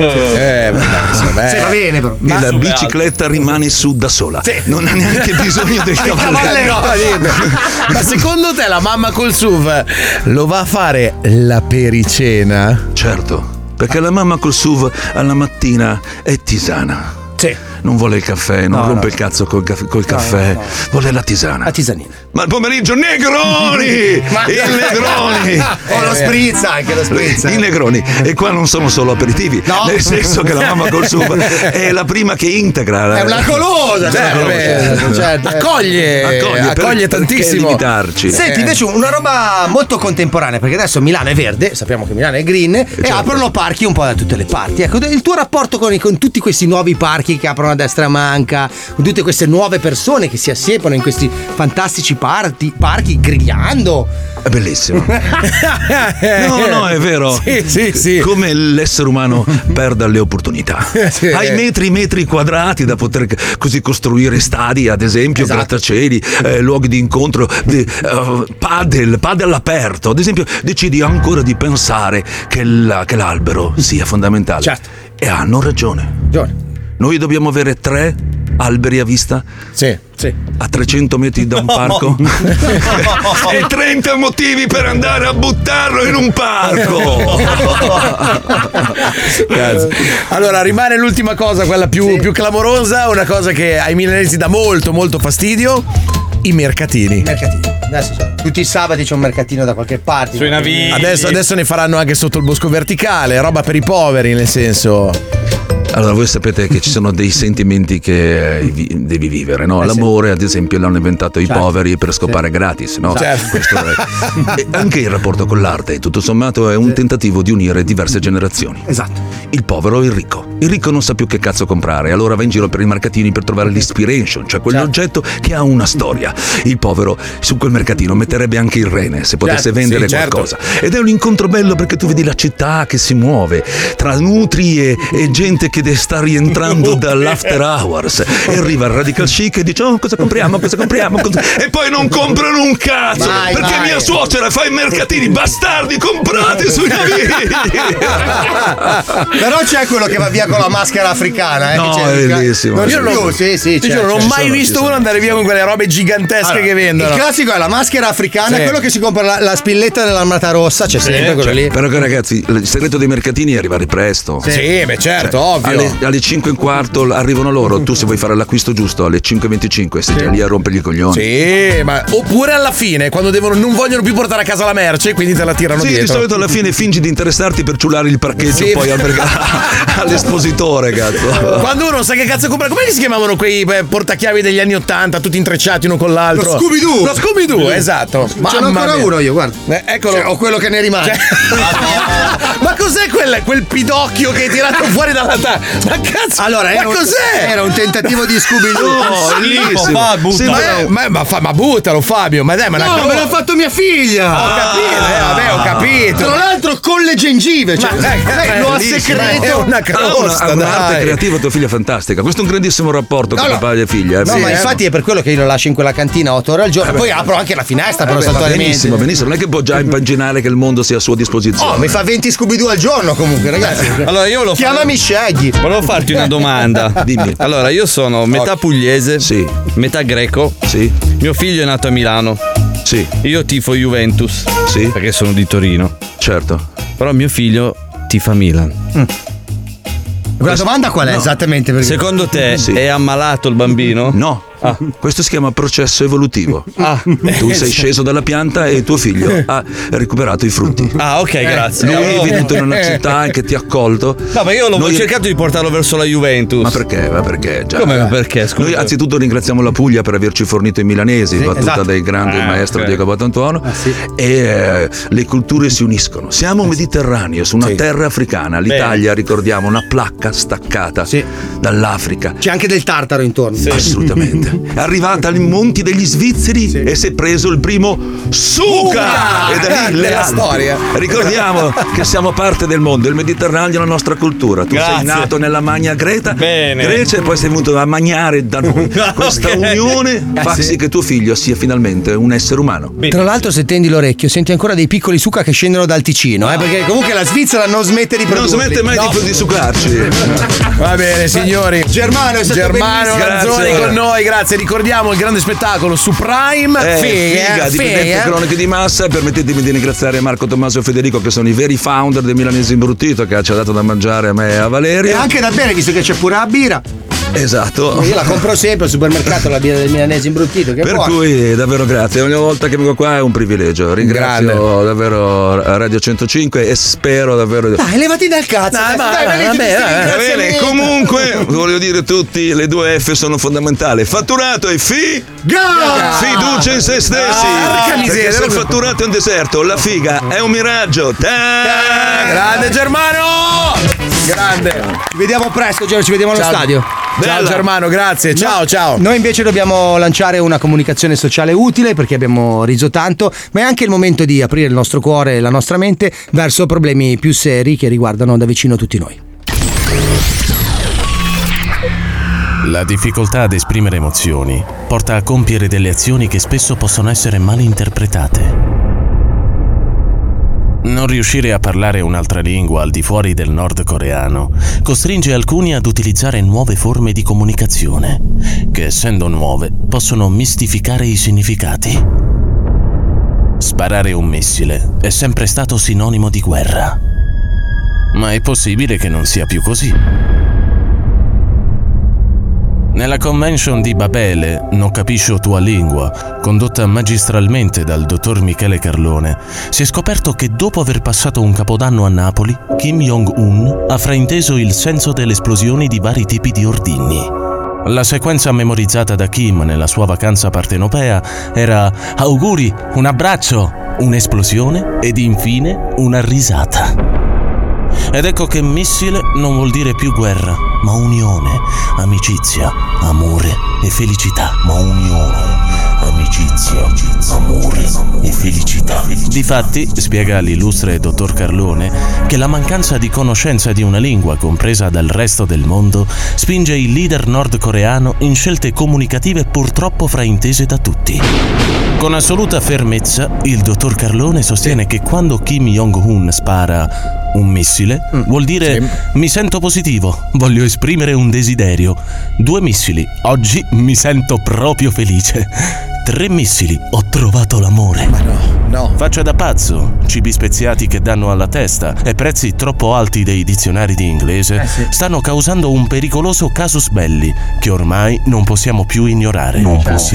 Va bene, però. E la bicicletta rimane su da sola. Non ha neanche bisogno del cavallero. Ma secondo te la mamma col SUV lo va a fare la pericena? Certo, perché la mamma col SUV alla mattina è tisana. Non vuole il caffè, non rompe il cazzo col caffè, vuole la tisana. La tisanina. Ma il pomeriggio Negroni! Il Negroni! Lo spritz, anche lo spritz. I Negroni. E qua non sono solo aperitivi, nel senso che la mamma col SUV è la prima che integra. È una colosa, certo. Accoglie tantissimo. Senti, invece una roba molto contemporanea, perché adesso Milano è verde, sappiamo che Milano è green, e aprono parchi un po' da tutte le parti. Ecco, il tuo rapporto con tutti questi nuovi parchi che aprono a destra manca, con tutte queste nuove persone che si assiepono in questi fantastici parchi grigliando. È bellissimo. No, è vero. Sì. Come l'essere umano perda le opportunità. Hai metri quadrati da poter così costruire stadi, ad esempio, grattacieli, luoghi di incontro, padel all'aperto. Ad esempio, decidi ancora di pensare che l'albero sia fondamentale. E hanno ragione. Noi dobbiamo avere 3 alberi a vista? Sì. A 300 metri da un parco? E 30 motivi per andare a buttarlo in un parco! Allora, rimane l'ultima cosa, quella più clamorosa, una cosa che ai milanesi dà molto, molto fastidio: i mercatini. Adesso tutti i sabati c'è un mercatino da qualche parte. Sui navigli. Adesso ne faranno anche sotto il bosco verticale, roba per i poveri, nel senso. Allora, voi sapete che ci sono dei sentimenti che devi vivere, no? L'amore, ad esempio, l'hanno inventato i poveri per scopare gratis, no? Questo e anche il rapporto con l'arte, tutto sommato, è un tentativo di unire diverse generazioni. Il povero e il ricco. Il ricco non sa più che cazzo comprare, allora va in giro per i mercatini per trovare l'inspiration, cioè quell'oggetto che ha una storia. Il povero su quel mercatino metterebbe anche il rene se potesse vendere qualcosa. Ed è un incontro bello perché tu vedi la città che si muove tra nutri e gente che Davide sta rientrando dall'after hours e arriva il Radical Chic e dice: oh, cosa compriamo? E poi non comprano un cazzo perché mia suocera fa i mercatini bastardi comprati sui navigli. Però c'è quello che va via con la maschera africana, no, è bellissimo. Io non ho mai visto uno andare via con quelle robe gigantesche che vendono. Il classico è la maschera africana, è quello che si compra la spilletta dell'Armata Rossa, c'è sempre quello lì. Però ragazzi, il segreto dei mercatini è arrivare presto. Sì, beh certo, ovvio. Alle 5:15 arrivano loro, tu se vuoi fare l'acquisto giusto alle 5:25 sei già lì a rompergli i coglioni. Sì, ma oppure alla fine quando non vogliono più portare a casa la merce, quindi te la tirano dietro. Sì, di solito alla fine fingi di interessarti per ciulare il parcheggio poi all'espositore, cazzo. Quando uno non sa che cazzo comprare, come si chiamavano quei portachiavi degli anni 80 tutti intrecciati uno con l'altro? Lo Scooby-Doo, esatto. Ce n'ho ancora uno io, guarda. Eccolo. Ho quello che ne rimane. Ma cos'è quel pidocchio che hai tirato fuori dalla tazza? Ma cazzo, allora, cos'è? Era un tentativo di Scooby-Doo. Ma buttalo, Fabio. Ma dai, me l'ha fatto mia figlia. Ho capito. Tra l'altro con le gengive, lo ha segreto. È una crosta. Ha un'arte creativa, tua figlia fantastica. Questo è un grandissimo rapporto con papà e figlia. No, ma infatti è per quello che io lo lascio in quella cantina 8 ore al giorno. Poi apro anche la finestra per benissimo. Non è che può già immaginare che il mondo sia a sua disposizione. Mi fa 20 Scooby-Doo al giorno comunque, ragazzi. Allora io chiamami, scegli. Volevo farti una domanda. Dimmi. Allora, io sono metà pugliese, metà greco. Sì. Mio figlio è nato a Milano. Sì. Io tifo Juventus. Sì. Perché sono di Torino. Certo. Però mio figlio tifa Milan. La domanda qual è esattamente? Perché... Secondo te è ammalato il bambino? No. Questo si chiama processo evolutivo. Tu sei sceso dalla pianta e tuo figlio ha recuperato i frutti. Ok, grazie. Lui è venuto in una città che ti ha accolto. No, ma io ho cercato di portarlo verso la Juventus. Ma perché? Già. Come perché? Scusa. Noi anzitutto ringraziamo la Puglia per averci fornito i milanesi, battuta dai grandi maestro Diego Batantuono. E le culture si uniscono. Siamo un Mediterraneo, su una terra africana. L'Italia, ricordiamo, una placca staccata dall'Africa. C'è anche del tartaro intorno. Assolutamente. È arrivata ai monti degli svizzeri e si è preso il primo suga e da lì la storia. Ricordiamo che siamo parte del mondo, il Mediterraneo è la nostra cultura. Tu sei nato nella Magna Grecia e poi sei venuto a magnare da noi. Questa unione fa sì che tuo figlio sia finalmente un essere umano. Tra l'altro, se tendi l'orecchio senti ancora dei piccoli suca che scendono dal Ticino, perché comunque la Svizzera non smette di produrli. Non smette mai di succarci. Va bene, signori. Germano Lanzoni con noi, grazie. Ricordiamo il grande spettacolo su Prime. Figa, dipendente croniche di massa. Permettetemi di ringraziare Marco, Tommaso e Federico, che sono i veri founder del Milanese Imbruttito, che ci ha dato da mangiare a me e a Valerio. E anche da bere, visto che c'è pure la birra. Esatto. Io la compro sempre al supermercato, la birra del Milanese Imbruttito. Che per cui davvero grazie. Ogni volta che vengo qua è un privilegio. Ringrazio davvero Radio 105 e spero davvero. Dai, levati dal cazzo. Va bene. Comunque, voglio dire tutti, le 2 F sono fondamentali. Fatturato e fiducia in se stessi. Perché se il fatturato è un deserto, la figa è un miraggio. Grande Germano! Grande. Ci vediamo presto, Giorgio, ci vediamo allo stadio. Ciao Germano, grazie. Ciao. Noi invece dobbiamo lanciare una comunicazione sociale utile, perché abbiamo riso tanto, ma è anche il momento di aprire il nostro cuore e la nostra mente verso problemi più seri che riguardano da vicino tutti noi. La difficoltà ad esprimere emozioni porta a compiere delle azioni che spesso possono essere malinterpretate. Non riuscire a parlare un'altra lingua al di fuori del nordcoreano costringe alcuni ad utilizzare nuove forme di comunicazione, che essendo nuove possono mistificare i significati. Sparare un missile è sempre stato sinonimo di guerra. Ma è possibile che non sia più così? Nella convention di Babele, Non capisco tua lingua, condotta magistralmente dal dottor Michele Carlone, si è scoperto che dopo aver passato un capodanno a Napoli, Kim Jong-un ha frainteso il senso delle esplosioni di vari tipi di ordigni. La sequenza memorizzata da Kim nella sua vacanza partenopea era auguri, un abbraccio, un'esplosione ed infine una risata. Ed ecco che missile non vuol dire più guerra, ma unione, amicizia, amore e felicità. Ma unione, amicizia. amicizia, amore e felicità. Difatti, spiega l'illustre dottor Carlone, che la mancanza di conoscenza di una lingua compresa dal resto del mondo spinge il leader nordcoreano in scelte comunicative purtroppo fraintese da tutti. Con assoluta fermezza, il dottor Carlone sostiene che quando Kim Jong-un spara un missile, vuol dire mi sento positivo, voglio esprimere un desiderio. 2 missili, oggi mi sento proprio felice. 3 missili, ho trovato l'amore. Ma no. Faccia da pazzo, cibi speziati che danno alla testa e prezzi troppo alti dei dizionari di inglese stanno causando un pericoloso casus belli che ormai non possiamo più ignorare.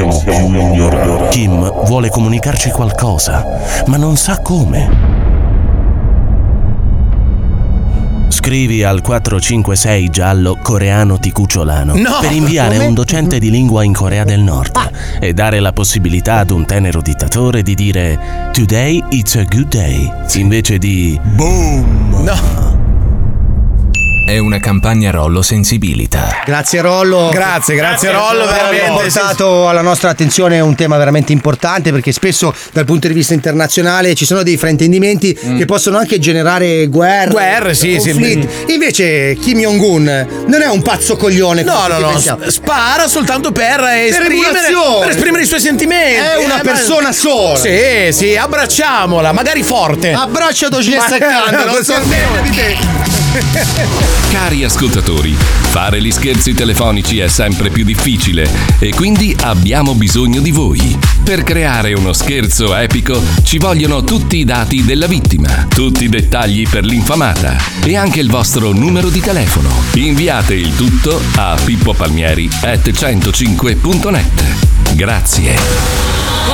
Kim vuole comunicarci qualcosa, ma non sa come. Scrivi al 456 giallo coreano ticucciolano per inviare un docente di lingua in Corea del Nord e dare la possibilità ad un tenero dittatore di dire "Today it's a good day" invece di "Boom". No. È una campagna Rollo Sensibilità. Grazie Rollo. Grazie Rollo, veramente. Abbiamo portato alla nostra attenzione un tema veramente importante, perché spesso dal punto di vista internazionale ci sono dei fraintendimenti che possono anche generare guerre, conflitti. Invece Kim Jong-un non è un pazzo coglione. No. Spara soltanto per esprimere i suoi sentimenti. È una persona sola. Sì, abbracciamola, magari forte. Abbraccia Dogesta Khan, non so almeno di te. Cari ascoltatori, fare gli scherzi telefonici è sempre più difficile e quindi abbiamo bisogno di voi. Per creare uno scherzo epico ci vogliono tutti i dati della vittima, tutti i dettagli per l'infamata e anche il vostro numero di telefono. Inviate il tutto a pippopalmieri@105.net. Grazie.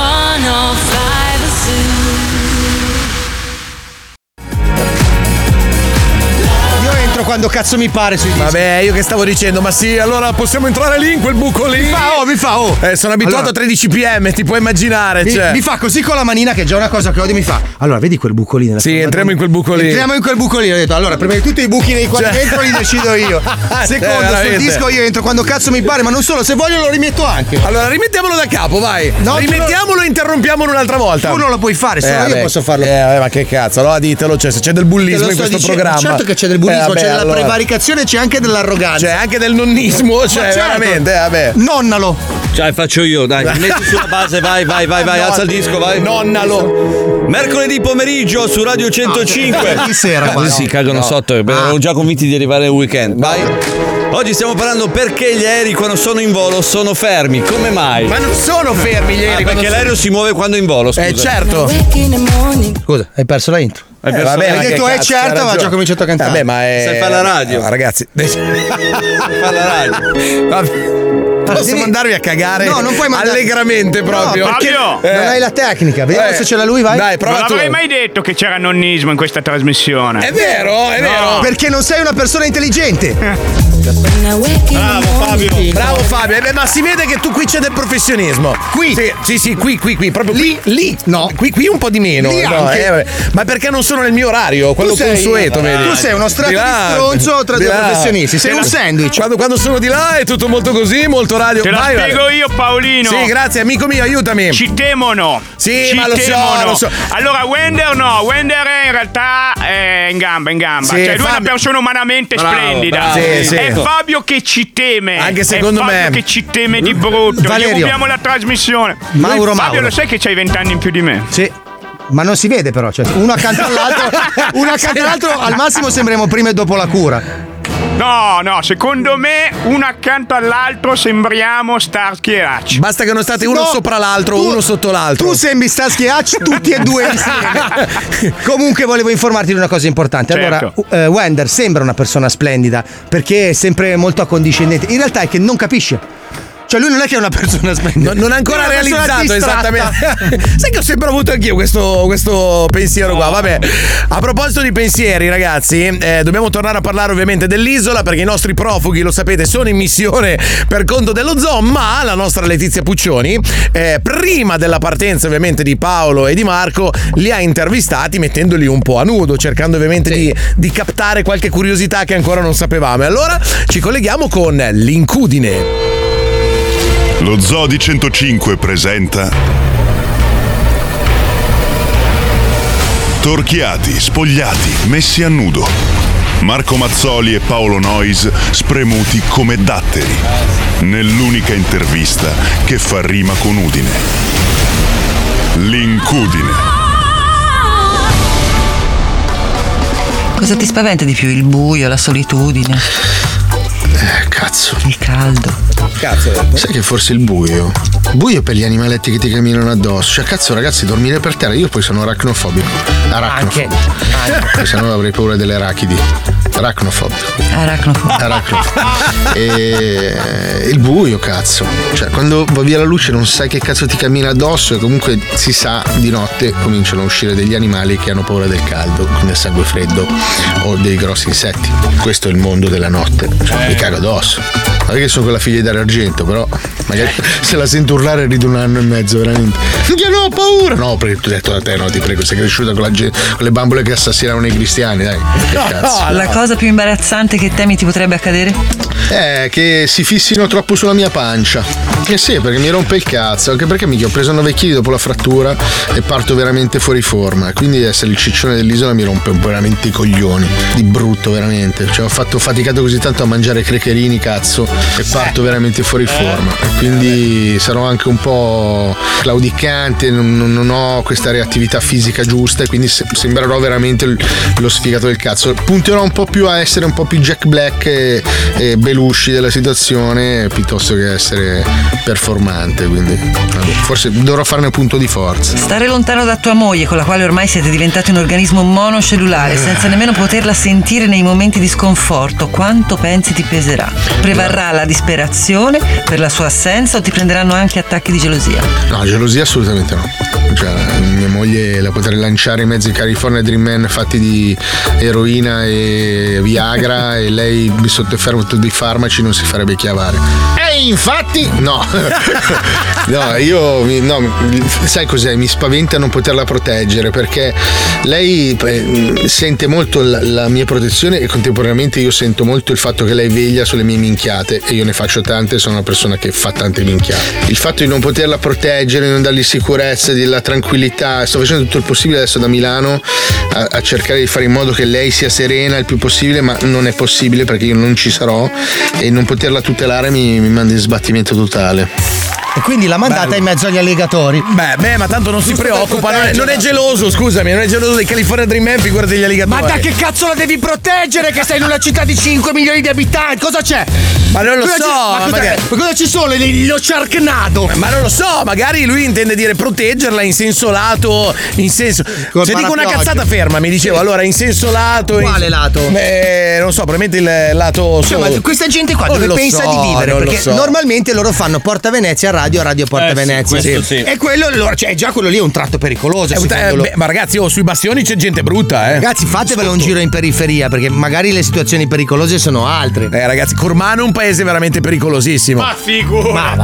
Quando cazzo mi pare sui dischi. Vabbè, io che stavo dicendo, ma sì, allora possiamo entrare lì in quel buco lì. Mi fa. Sono abituato a 13 PM, ti puoi immaginare. Mi fa così con la manina, che è già una cosa che odio, mi fa. Allora, vedi quel buco lì? Sì, entriamo in quel buco lì. Ho detto, allora, prima di tutto i buchi nei quali entro li decido io. Secondo, sul disco io entro quando cazzo mi pare, ma non solo, se voglio lo rimetto anche. Allora, rimettiamolo da capo, vai. No, rimettiamolo e interrompiamolo un'altra volta. Tu non lo puoi fare, solo io posso farlo. Ma che cazzo, allora ditelo, se c'è del bullismo in questo programma. Certo che c'è del bullismo, c'è della prevaricazione, c'è anche dell'arroganza. C'è anche del nonnismo, veramente, vabbè. Nonnalo. Faccio io, dai, metti sulla base, vai, alza il disco, vai. Nonnalo. Mercoledì pomeriggio su Radio 105. Di sera, qua. Si cagano sotto, erano già convinti di arrivare al weekend. Vai. Oggi stiamo parlando perché gli aerei quando sono in volo sono fermi. Come mai? Ma non sono fermi gli aerei. Perché l'aereo si muove quando è in volo, scusa. Certo. Scusa, hai perso la intro. Vabbè, hai detto certo, ma già cominciato a cantare. Vabbè, ma è. Sai fare la radio. No, ragazzi. Sai fare la radio. Vabbè. Posso mandarvi a cagare? No, non puoi mandare allegramente proprio. No, Fabio! Non hai la tecnica. Vediamo se ce l'ha lui, vai. Dai, prova. Non avrei mai detto che c'era nonnismo in questa trasmissione. È vero. Perché non sei una persona intelligente. Bravo Fabio. Ma si vede che tu qui c'è del professionismo. Qui? Sì, qui, proprio lì. No. Qui un po' di meno. Ma perché non sono nel mio orario, quello consueto, vedi? Tu sei uno strato di stronzo tra due professionisti. Sei un sandwich. Quando sono di là è tutto molto così, molto radio. Te la spiego io, Paolino. Sì, grazie, amico mio, aiutami. Ci temono. Sì, ma lo so. Allora, Wender in realtà è in gamba. Sì, cioè, lui è una persona umanamente splendida. Sì. È Fabio che ci teme. Anche secondo me. È Fabio che ci teme di brutto. Valerio. Gli rubiamo la trasmissione. Fabio, lo sai che c'hai 20 anni in più di me? Sì. Ma non si vede però, cioè uno accanto all'altro, al massimo sembriamo prima e dopo la cura. No, secondo me uno accanto all'altro sembriamo Starsky e Hutch. Basta che non state uno sopra l'altro, uno sotto l'altro. Tu sembri Starsky e Hutch tutti e due insieme. Comunque volevo informarti di una cosa importante. Certo. Allora, Wender sembra una persona splendida perché è sempre molto accondiscendente. In realtà è che non capisce. Cioè lui non è che è una persona splendida. Non ha ancora realizzato esattamente. Sai che ho sempre avuto anch'io questo pensiero qua. Vabbè. A proposito di pensieri, ragazzi, dobbiamo tornare a parlare ovviamente dell'isola, perché i nostri profughi, lo sapete, sono in missione per conto dello zoo. Ma la nostra Letizia Puccioni, prima della partenza ovviamente di Paolo e di Marco, li ha intervistati mettendoli un po' a nudo, cercando ovviamente di captare qualche curiosità che ancora non sapevamo. E allora ci colleghiamo con l'Incudine. Lo Zoo di 105 presenta Torchiati, spogliati, messi a nudo. Marco Mazzoli e Paolo Noyes spremuti come datteri. Nell'unica intervista che fa rima con Udine. L'Incudine. Cosa ti spaventa di più? Il buio, la solitudine? Cazzo. Il caldo. Cazzo, sai che forse il buio? Buio per gli animaletti che ti camminano addosso. Cioè, cazzo, ragazzi, dormire per terra. Io poi sono arachnofobico. Anche. Se no avrei paura delle arachidi. Arachnofobico. E il buio, cazzo. Cioè, quando va via la luce non sai che cazzo ti cammina addosso, e comunque si sa di notte cominciano a uscire degli animali che hanno paura del caldo, del sangue freddo o dei grossi insetti. Questo è il mondo della notte. Cioè, mi cago addosso. Non è che sono quella figlia di Dario Argento, però magari se la sento urlare rido 1 anno e mezzo, veramente. Io non ho paura! No, perché tu hai detto da te, no, ti prego, sei cresciuta con le bambole che assassinavano i cristiani, dai. Che cazzo. La cosa più imbarazzante che temi ti potrebbe accadere? Che si fissino troppo sulla mia pancia. Sì, perché mi rompe il cazzo. Anche perché ho preso 9 kg dopo la frattura e parto veramente fuori forma. Quindi essere il ciccione dell'isola mi rompe veramente i coglioni. Di brutto, veramente. Cioè, ho faticato così tanto a mangiare crecherini, cazzo, e parto veramente fuori forma. E quindi sarò anche un po' claudicante, non ho questa reattività fisica giusta, e quindi sembrerò veramente lo sfigato del cazzo. Punterò un po' più a essere un po' più Jack Black e Belushi della situazione, piuttosto che essere performante. Quindi forse dovrò farne un punto di forza. Stare lontano da tua moglie, con la quale ormai siete diventati un organismo monocellulare, senza nemmeno poterla sentire nei momenti di sconforto, quanto pensi ti peserà? Prevarrà la disperazione per la sua assenza, o ti prenderanno anche attacchi di gelosia? No, gelosia assolutamente no. Cioè, mia moglie la potrei lanciare in mezzo ai California Dream Man fatti di eroina e Viagra e lei sotto efferto dei farmaci non si farebbe chiavare. Infatti no. Sai cos'è? Mi spaventa non poterla proteggere, perché lei sente molto la mia protezione, e contemporaneamente io sento molto il fatto che lei veglia sulle mie minchiate, e io ne faccio tante, sono una persona che fa tante minchiate. Il fatto di non poterla proteggere, di non dargli sicurezza, di la tranquillità, sto facendo tutto il possibile adesso da Milano a cercare di fare in modo che lei sia serena il più possibile, ma non è possibile perché io non ci sarò, e non poterla tutelare mi manda in sbattimento totale. E quindi l'ha mandata in mezzo agli alligatori. Beh, ma tanto non si preoccupa, non è geloso, scusami, non è geloso dei California Dream Man, figura degli alligatori. Ma da che cazzo la devi proteggere, che sei in una città di 5 milioni di abitanti? Cosa c'è? Ma non lo so, ma cosa ci sono? Lo Sharknado? Ma non lo so, magari lui intende dire proteggerla in senso lato, in senso. Se dico una cazzata ferma, mi dicevo, allora in senso lato. Quale lato? Non so, probabilmente il lato ma questa gente qua dove pensa di vivere? Perché normalmente loro fanno Porta Venezia Radio Porta Venezia. Sì. E quello cioè già quello lì è un tratto pericoloso. Ma ragazzi, sui bastioni c'è gente brutta, Ragazzi, fatevelo un giro in periferia, perché magari le situazioni pericolose sono altre. Ragazzi, Cormano è un paese veramente pericolosissimo. Ma figura.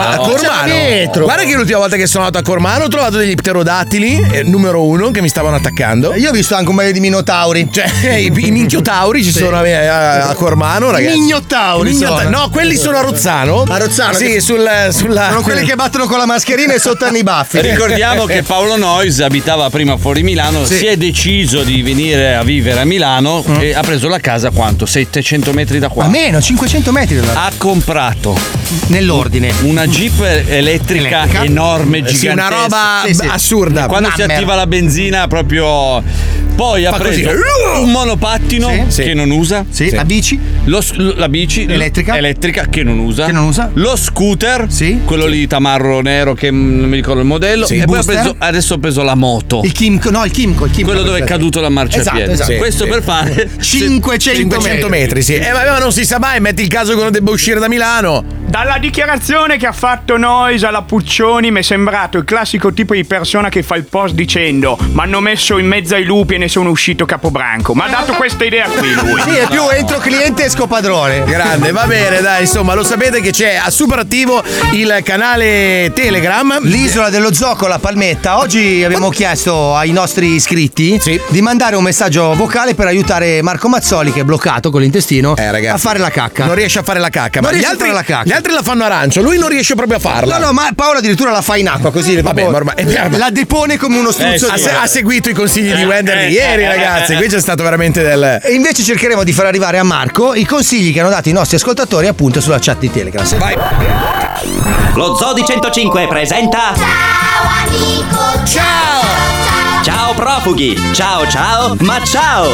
Cormano. Guarda che l'ultima volta che sono andato a Cormano ho trovato degli pterodattili, numero 1, che mi stavano attaccando. Io ho visto anche un paio di minotauri. Cioè, i minchiotauri ci sono a Cormano, ragazzi. Mignotauri. No, quelli sono a Rozzano. A Rozzano? Sì, sulla. Sono quelli che battono con la mascherina e sotto hanno i baffi. Ricordiamo che Paolo Noyes abitava prima fuori Milano, si è deciso di venire a vivere a Milano e ha preso la casa quanto? 700 metri da qua? A meno, 500 metri da là. Ha comprato nell'ordine una Jeep elettrica enorme, gigantesca. Sì, una roba assurda. Quando si attiva la benzina proprio. Poi ha preso un monopattino che non usa. La bici. La bici elettrica che non usa. Lo scooter, quello lì tamarro nero che non mi ricordo il modello. E poi adesso ha preso la moto. Il Kimco. Quello dove è caduto la marciapiede. Esatto. Questo per fare 500 metri. Ma non si sa mai, metti il caso che uno debba uscire da Milano. Dalla dichiarazione che ha fatto Noyes alla Puccioni mi è sembrato il classico tipo di persona che fa il post dicendo: mi hanno messo in mezzo ai lupi e sono uscito capobranco. Ma ha dato questa idea qui lui. Sì, è più entro cliente e scopadrone. Grande, va bene, dai, insomma, lo sapete che c'è a super attivo il canale Telegram L'isola dello zoo con la palmetta. Oggi abbiamo chiesto ai nostri iscritti di mandare un messaggio vocale per aiutare Marco Mazzoli, che è bloccato con l'intestino, a fare la cacca. Non riesce a fare la cacca, ma gli altri la fanno arancio, lui non riesce proprio a farla. No, ma Paolo addirittura la fa in acqua così. Vabbè, ma ormai la depone come uno struzzo. Ha seguito i consigli di Wender di ieri, ragazzi. Qui c'è stato veramente E invece cercheremo di far arrivare a Marco i consigli che hanno dato i nostri ascoltatori appunto sulla chat di Telegram. Vai. Lo Zoo di 105 presenta. Ciao amico. Ciao profughi. Ciao, ma ciao.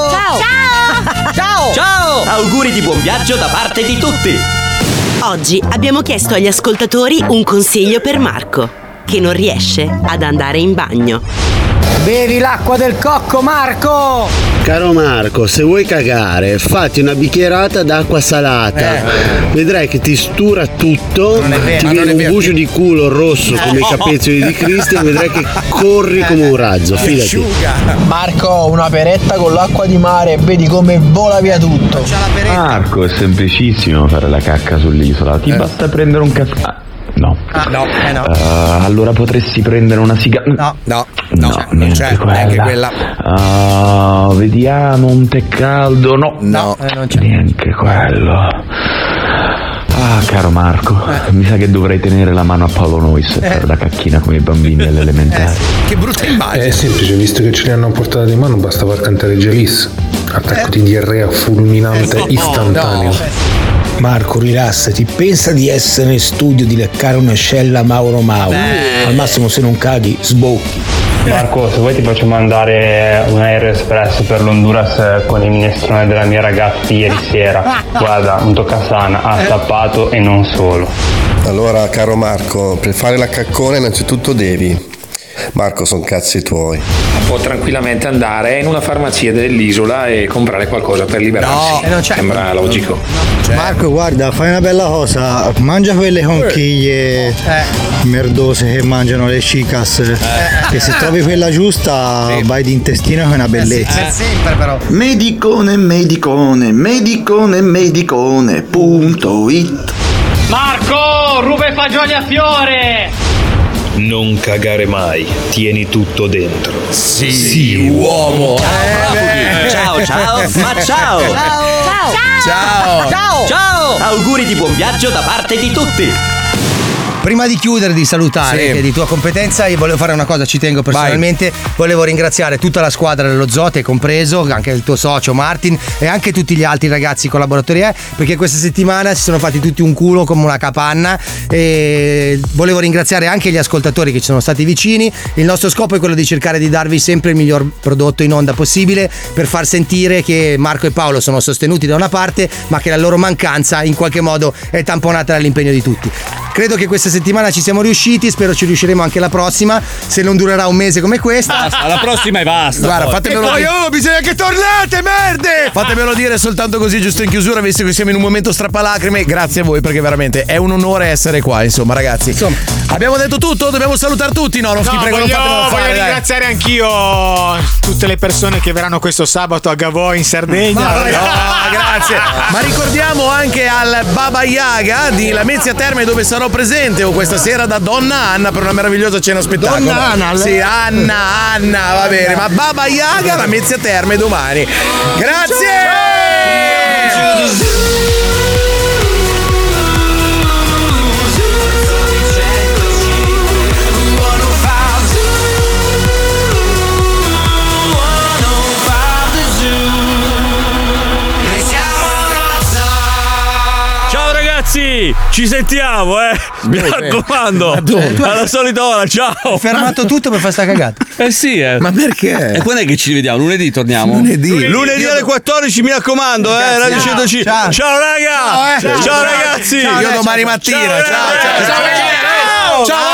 Ciao. Auguri di buon viaggio da parte di tutti. Oggi abbiamo chiesto agli ascoltatori un consiglio per Marco, che non riesce ad andare in bagno. Bevi l'acqua del cocco, Marco! Caro Marco, se vuoi cagare, fatti una bicchierata d'acqua salata. Vedrai che ti stura tutto, ti viene un bucio di culo rosso come i capezzoli di Cristian, vedrai che corri come un razzo, fidati. Marco, una peretta con l'acqua di mare e vedi come vola via tutto. Marco, è semplicissimo fare la cacca sull'isola, ti basta prendere un caffè. No. Allora potresti prendere una sigaretta. No, non c'è neanche quella. Vediamo un tè caldo. No, non c'è neanche quello. Caro Marco, mi sa che dovrei tenere la mano a Paolo Nois per la cacchina come i bambini all'elementare. Che brutta immagine. È semplice, visto che ce li hanno portata di mano, basta far cantare Gelis. Attacco di diarrea fulminante istantaneo. Marco, rilassati, pensa di essere in studio di leccare un'ascella Mauro. Al massimo, se non caghi, sbocchi. Marco, se vuoi ti facciamo andare un aereo espresso per l'Honduras con il minestrone della mia ragazza di ieri sera. Guarda, un toccasana, ha tappato e non solo. Allora, caro Marco, per fare la caccona innanzitutto devi. Marco, sono cazzi tuoi. Può tranquillamente andare in una farmacia dell'isola e comprare qualcosa per liberarsi. Non c'è. Sembra logico. Marco, guarda, fai una bella cosa, mangia quelle conchiglie merdose che mangiano le chicas, e se trovi quella giusta vai di intestino, che è una bellezza. Sempre però. Medicone.it. Marco, ruba i fagioli a fiore! Non cagare mai, tieni tutto dentro. Sì, uomo. Ciao, ma ciao. Ciao. Auguri di buon viaggio da parte di tutti. Prima di chiudere, di salutare, che è di tua competenza, io volevo fare una cosa, ci tengo personalmente. Volevo ringraziare tutta la squadra dello zoo, te compreso, anche il tuo socio Martin e anche tutti gli altri ragazzi collaboratori, perché questa settimana si sono fatti tutti un culo come una capanna, e volevo ringraziare anche gli ascoltatori che ci sono stati vicini. Il nostro scopo è quello di cercare di darvi sempre il miglior prodotto in onda possibile, per far sentire che Marco e Paolo sono sostenuti da una parte, ma che la loro mancanza in qualche modo è tamponata dall'impegno di tutti. Credo che questa settimana ci siamo riusciti, spero ci riusciremo anche la prossima, se non durerà un mese come questa. La prossima e basta. Guarda, fatemelo dire. Bisogna che tornate, merde! Fatemelo dire soltanto così, giusto in chiusura, visto che siamo in un momento strappalacrime. Grazie a voi, perché veramente è un onore essere qua, insomma, ragazzi. Abbiamo detto tutto, dobbiamo salutare tutti. No, ti prego, non fatemelo fare. Voglio ringraziare anch'io tutte le persone che verranno questo sabato a Gavò in Sardegna. Grazie. Ma ricordiamo anche al Baba Yaga di Lamezia Terme, dove sarò presente questa sera da Donna Anna per una meravigliosa cena spettacolo. Donna Anna? Sì, Anna, va bene, ma Baba Yaga Lamezia Terme domani. Grazie! Ci sentiamo, mi raccomando. Alla solita ora, ciao. Ho fermato tutto per fare sta cagata. Sì, Ma perché? E quando è che ci rivediamo? Lunedì torniamo? Lunedì alle 14, mi raccomando, Radio 105. Ciao raga. Ciao ragazzi. Io domani mattina. Ciao. Ciao.